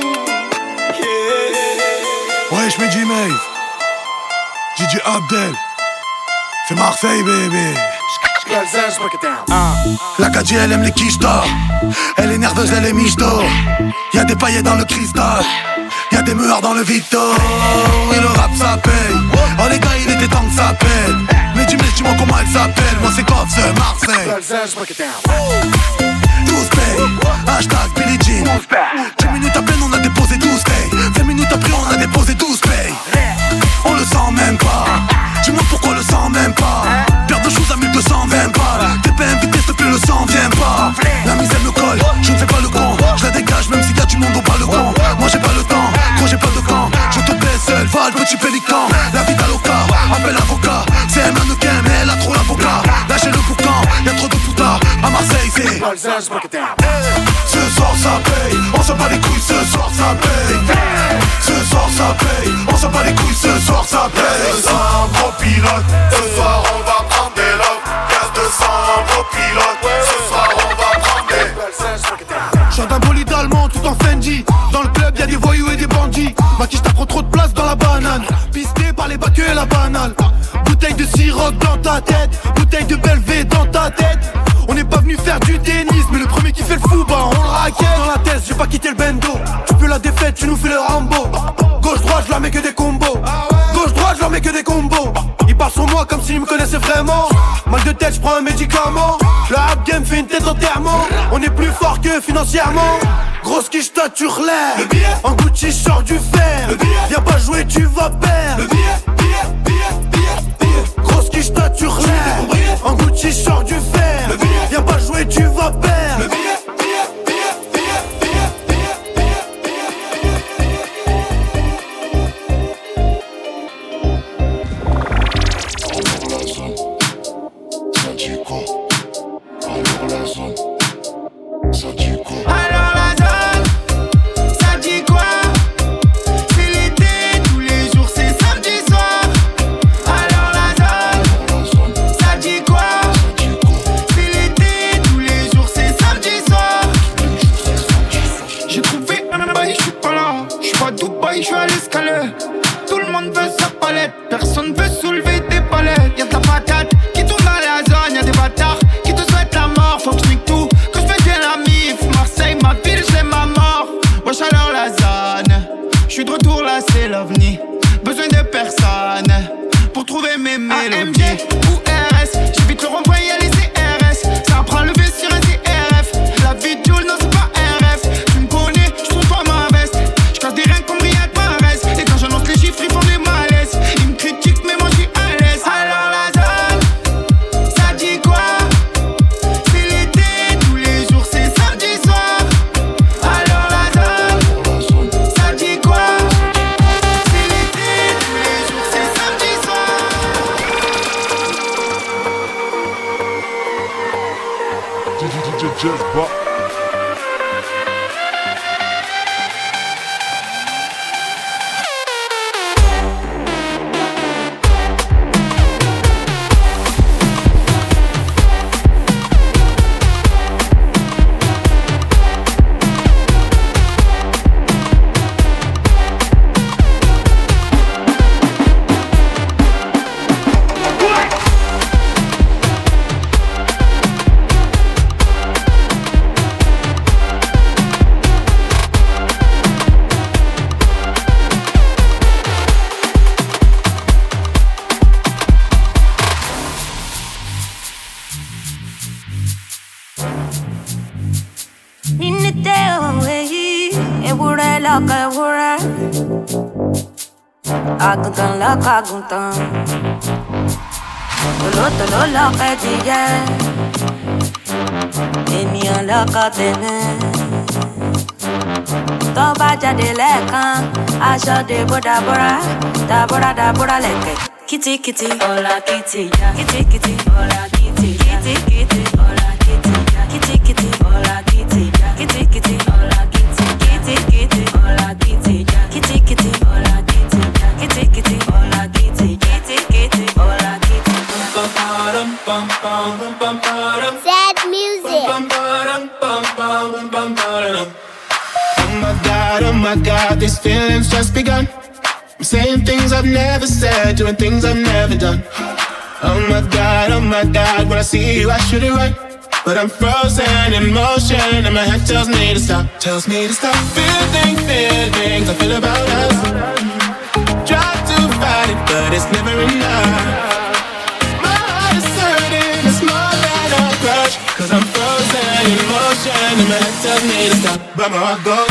Yeah. Ouais, j'mets G-Mave, D J Abdel, c'est Marseille, bébé. Ah. La K G elle aime les quiches d'or. Elle est nerveuse, elle est michto. Y'a des paillettes dans le cristal. Y'a des meurs dans le Vito. Et le rap ça paye. Oh les gars il était temps que ça pète. Mais dis-moi dis-moi comment elle s'appelle. Moi c'est Coff de Marseille. douze pay. Hashtag Billie Jean. dix minutes à peine on a déposé douze pay. vingt minutes après on a déposé douze pay. On le sent même pas. Dis-moi pourquoi le sent même pas. Paire de choses à mille deux cent vingt balles. T'es pas invité s'il te plaît le sang vient pas. La mise elle me colle, je ne fais pas le con. Je la dégage même s'il y a du monde au balcon. Moi j'ai pas le temps, quand j'ai pas de camp. Je te baisse seul, va le petit pélican. La vie d'Aloca, appelle l'avocat. C'est un mannequin mais elle a trop l'avocat. Lâchez le boucan, y'a trop de poutards. À Marseille c'est Says, break it down. Ce soir ça paye, on s'en bat les couilles, ce soir ça paye. Ce soir ça paye, on s'en bat les couilles, ce soir ça paye. deux cents gros pilotes, ce soir on va prendre des lots. Y'a deux cents gros pilotes, ce soir on va prendre des. Chante un bolide allemand tout en Fendi. Dans le club y'a des voyous et des bandits. Maquis t'as trop trop de place dans la banane. Pisté par les bacs et la banale. Bouteille de sirop dans ta tête, bouteille de Belvé dans ta tête. On n'est pas venu faire du tennis, mais le premier qui fait le fou, bah on le raquette. Dans la tête, j'ai pas quitté le bendo. Tu peux la défaite, tu nous fais le Rambo. Gauche-droite, je leur mets que des combos. Gauche-droite, je leur mets que des combos. Ils parlent sur moi comme s'ils me connaissaient vraiment. Mal de tête, je prends un médicament. Le rap game fait une tête d'enterrement. On est plus fort que financièrement. Grosse quiche, toi tu relèves. En Gucci, je sors du fer. Viens pas jouer, tu vas perdre. Le billet, billet, billet, billet, billet. Grosse quiche, toi tu relèves. En Gucci, je sors du fer. Viens pas jouer, tu vas perdre. Le billet, billet, billet, billet, billet, Alors la zone, ça dit quoi? C'est l'été, tous les jours c'est samedi soir. Alors la zone, ça dit quoi? C'est l'été, tous les jours c'est samedi soir. J'ai trouvé un bail, je suis pas là. Je suis pas à Dubaï, je suis à l'escalier. Tout le monde veut sa palette, personne veut soulever des palettes. Y'a ta patate qui tourne dans la zone, y'a des bâtards qui te souhaitent la mort. Faut que je nique tout, que je me tienne la mif. Marseille, ma ville, j'ai ma mort. Wesh alors la zone, je suis de retour là, c'est l'ovni. Besoin de personne pour trouver mes mélodies. A M G ou R S, j'évite le rond-point, y'a les C R S. Ça prend le V sur un C R F. La vie de Jules, non c'est pas un rêve. Tu me connais, je trouve pas ma veste. Je casse des reins comme Riyad Mahrez. Et quand j'annonce les chiffres, ils font des malaises. Ils me critiquent, mais moi je suis à l'aise. Alors la zone, ça dit quoi? C'est l'été, tous les jours c'est samedi soir. Alors la zone, ça dit quoi? C'est l'été, tous les jours c'est samedi soir. D J Jazz Bop. Àgùntàn lọ́kọ̀ àgùntàn, tòlótòló lọ́kọ̀ ẹ̀dìyẹ, ènìyàn lọ́kọ̀ tẹ̀lé. Tó bá jáde lẹ́ẹ̀kan, aṣọ dèbò dàbúrà, dàbúrà dàbúrà lẹ̀kẹ̀. Kìtìkìtì, ọ̀la kìtì ya. Kìtìkìtì, ọ̀la kìtì ya. Kìtìkìtì, ọ̀la kìtì ya. Kìtìkìtì, ọ̀la kìtì ya. Kìtìkìtì, ọ̀la kìtì. Kìtìkìtì, ọ̀la kìtì ya. Kìtìkìtì, ọ̀la kìtì ya. Kìtìkìtì, ọ̀la kìtì. Kìtìkìtì, ọ̀la kìtì. Sad music. Oh my God, oh my God, these feelings just begun. I'm saying things I've never said, doing things I've never done. Oh my God, oh my God, when I see you I shoot it right, but I'm frozen in motion and my head tells me to stop, tells me to stop. Feeling, feelings I feel about us. Try to fight it, but it's never enough. My heart is hurting, it's more than a crush, cause I'm frozen in motion and my head tells me to stop, but my heart goes.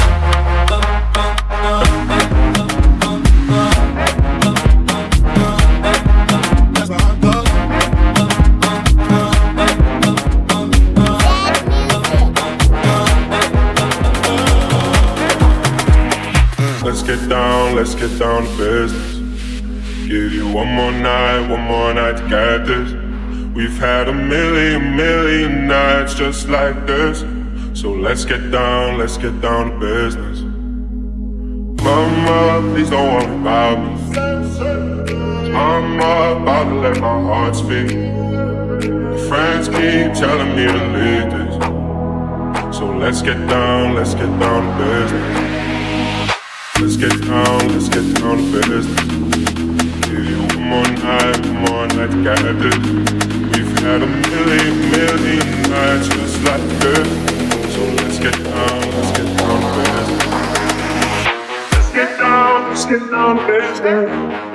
Let's get down, let's get down to business. Give you one more night, one more night to get this. We've had a million, million nights just like this. So let's get down, let's get down to business. Mama, please don't worry about me. I'm about to let my heart speak. Friends keep telling me to leave this. So let's get down, let's get down to business. Let's get down, let's get down to business. Yeah, one more night, one more night to get this. We've had a million, million nights just like this. So let's get down, let's get down to business. Let's get down, let's get down to business.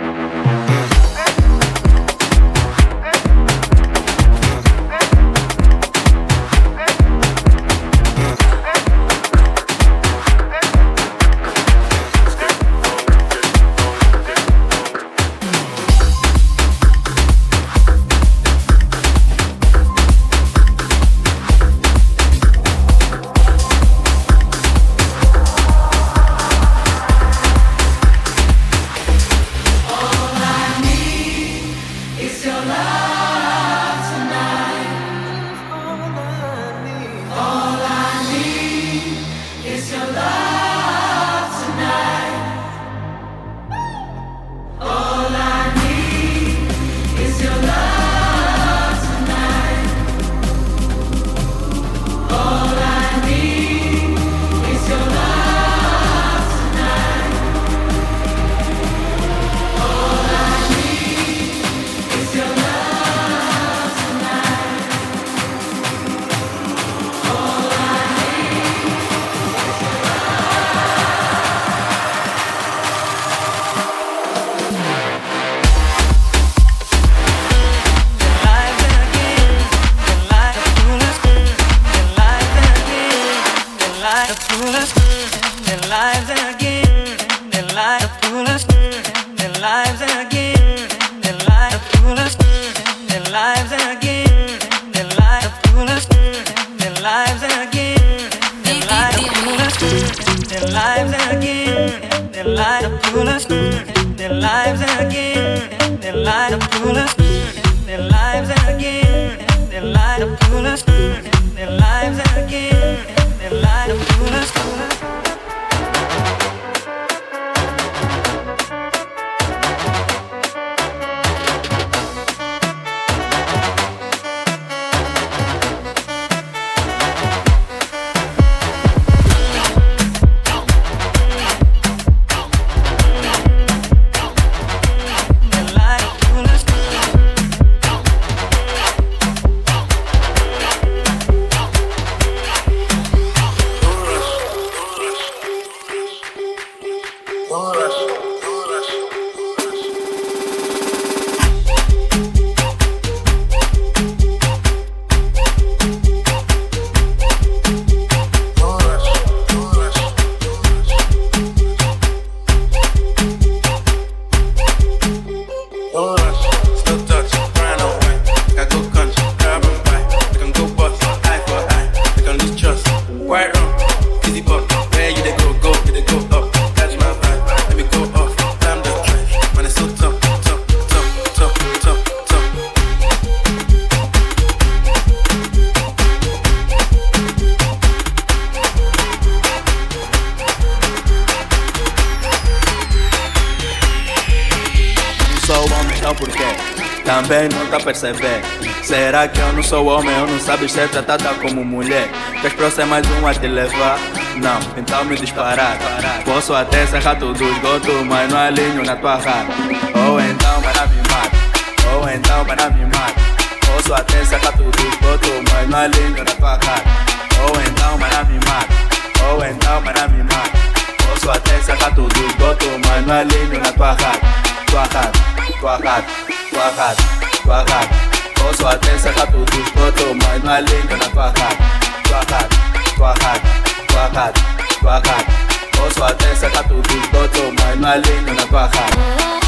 Também não tá percebendo. Será que eu não sou homem ou não sabes ser tratada como mulher? Queres pra ser mais um a te levar? Não, então me disparar. Posso até serrar tudo os gotos, mas não alinho na tua rara. Ou então para me mata, ou então para me mata. Posso até serrar tudo os gotos, mas não alinho na tua rara. Ou então para me mata, ou então para me mata. Posso até serrar tudo os gotos, mas não alinho na tua rara. Tua rara, tua rara, tua rara, tua rara. Posso até serrar tudo os gotos, mas não alinho na tua rara. Tua rara, tua rara, tua rara, tua rara. Posso até serrar tudo os gotos, mas não alinho na tua rara.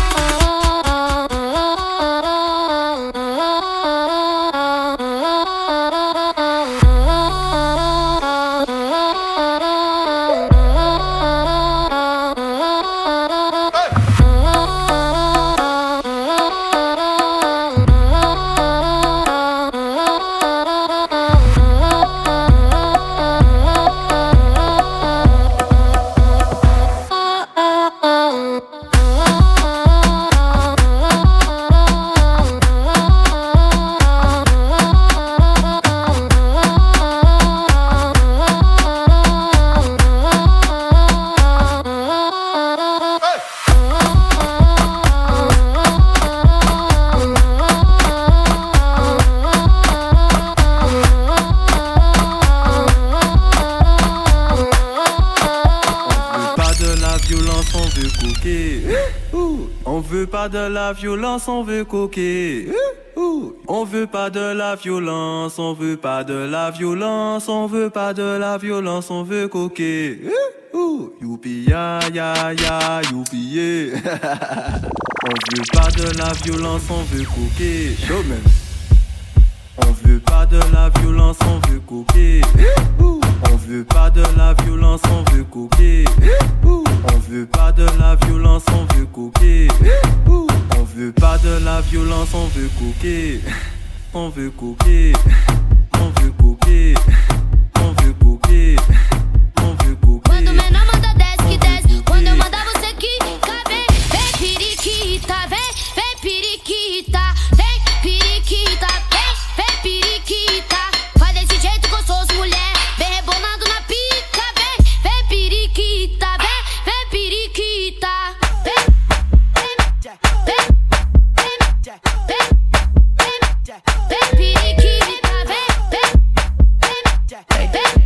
coquer. On veut pas de la violence, on veut coquer. On veut pas de la violence, on veut pas de la violence, on veut pas de la violence, on veut coquer. Youpi ya ya ya, youpi yeah. On veut pas de la violence, on veut coquer. Showman. On veut pas de la violence, on veut coquer. On veut pas de la violence, on veut coquer. On veut pas de la violence, on veut coquer. On veut pas de la violence, on veut coquer. On veut coquer. On veut coquer. On veut coquer. On veut coquer. Quando menor manda desce que desce, quando eu mandar você quica, vem, vem periquita, vem, vem periquita, vem periquita, vem, vem periquita. Faz desse jeito gostoso, mulher, vem rebolando na pica, vem, vem periquita, vem, vem periquita, vem, vem, vem, vem, vem, vem, vem periquita, vem, vem, vem, vem, vem.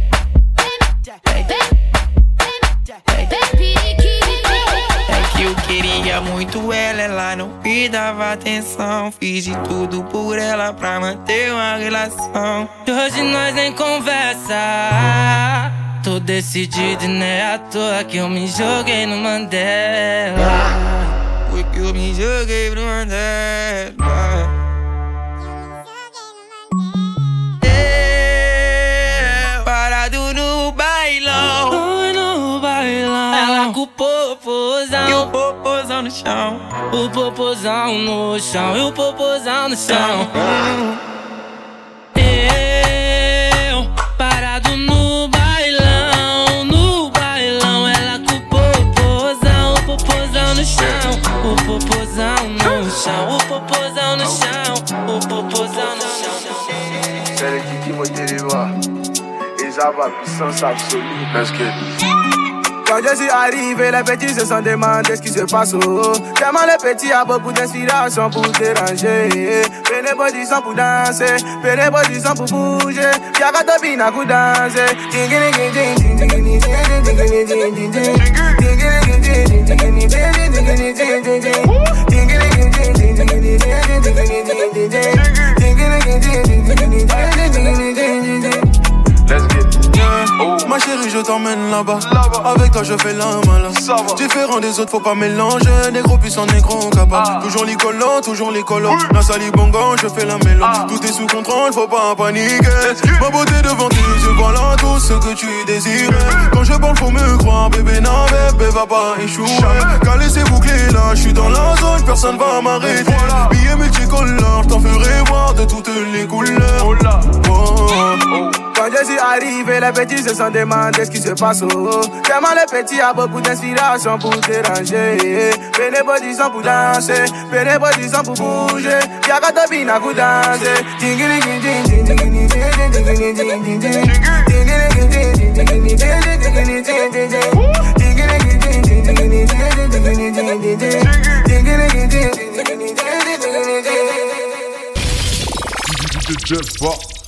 É que eu queria muito ela, ela não me dava atenção. Fiz de tudo por ela pra manter uma relação. E hoje nós nem conversa. Tô decidido e não é à toa que eu me joguei no Mandela. Foi que eu me joguei no Mandela. Parado no bailão, no bailão. Ela com o popozão e o popozão no chão. O popozão no chão e o popozão no chão. Eu parado no bailão, no bailão. Ela com o popozão, o popozão no chão. O popozão no chão, o popozão no chão. O popozão no chão. C'est le Kiki Motelinois. La puissance absolue. Let's get it. Quand je suis arrivé, les petits se sont demandé ce qui se passe. Oh. Tellement les petits a beaucoup d'inspiration pour déranger. Prenez position pour danser, prenez position pour bouger. Y'a qu'à te bina pour danser. Let's get it. Oh. Ma chérie, je t'emmène là-bas. Là-bas. Avec toi, je fais la malade. Différent des autres, faut pas mélanger. Négro puissant, négro capable. Ah. Toujours les collants, toujours les colons. Oui. La sali bongo, je fais la mélo. Ah. Tout est sous contrôle, faut pas paniquer. Ma beauté devant tes yeux, voilà tout ce que tu désires. Quand je parle, faut me croire, bébé, non, bébé, va pas échouer. Calé, c'est bouclé là, je suis dans la zone, personne va m'arrêter. Voilà. Billets multicolores, je t'en ferai voir de toutes les couleurs. Oh là. Oh. Oh. Quand je suis arrivé, les petits se sont demandé ce qui se passe. Oh. Tellement les petits a beaucoup d'inspiration pour déranger. Prenez position pour danser, prenez position pour bouger. Y'a qu'à te bina pour danser. Just fuck.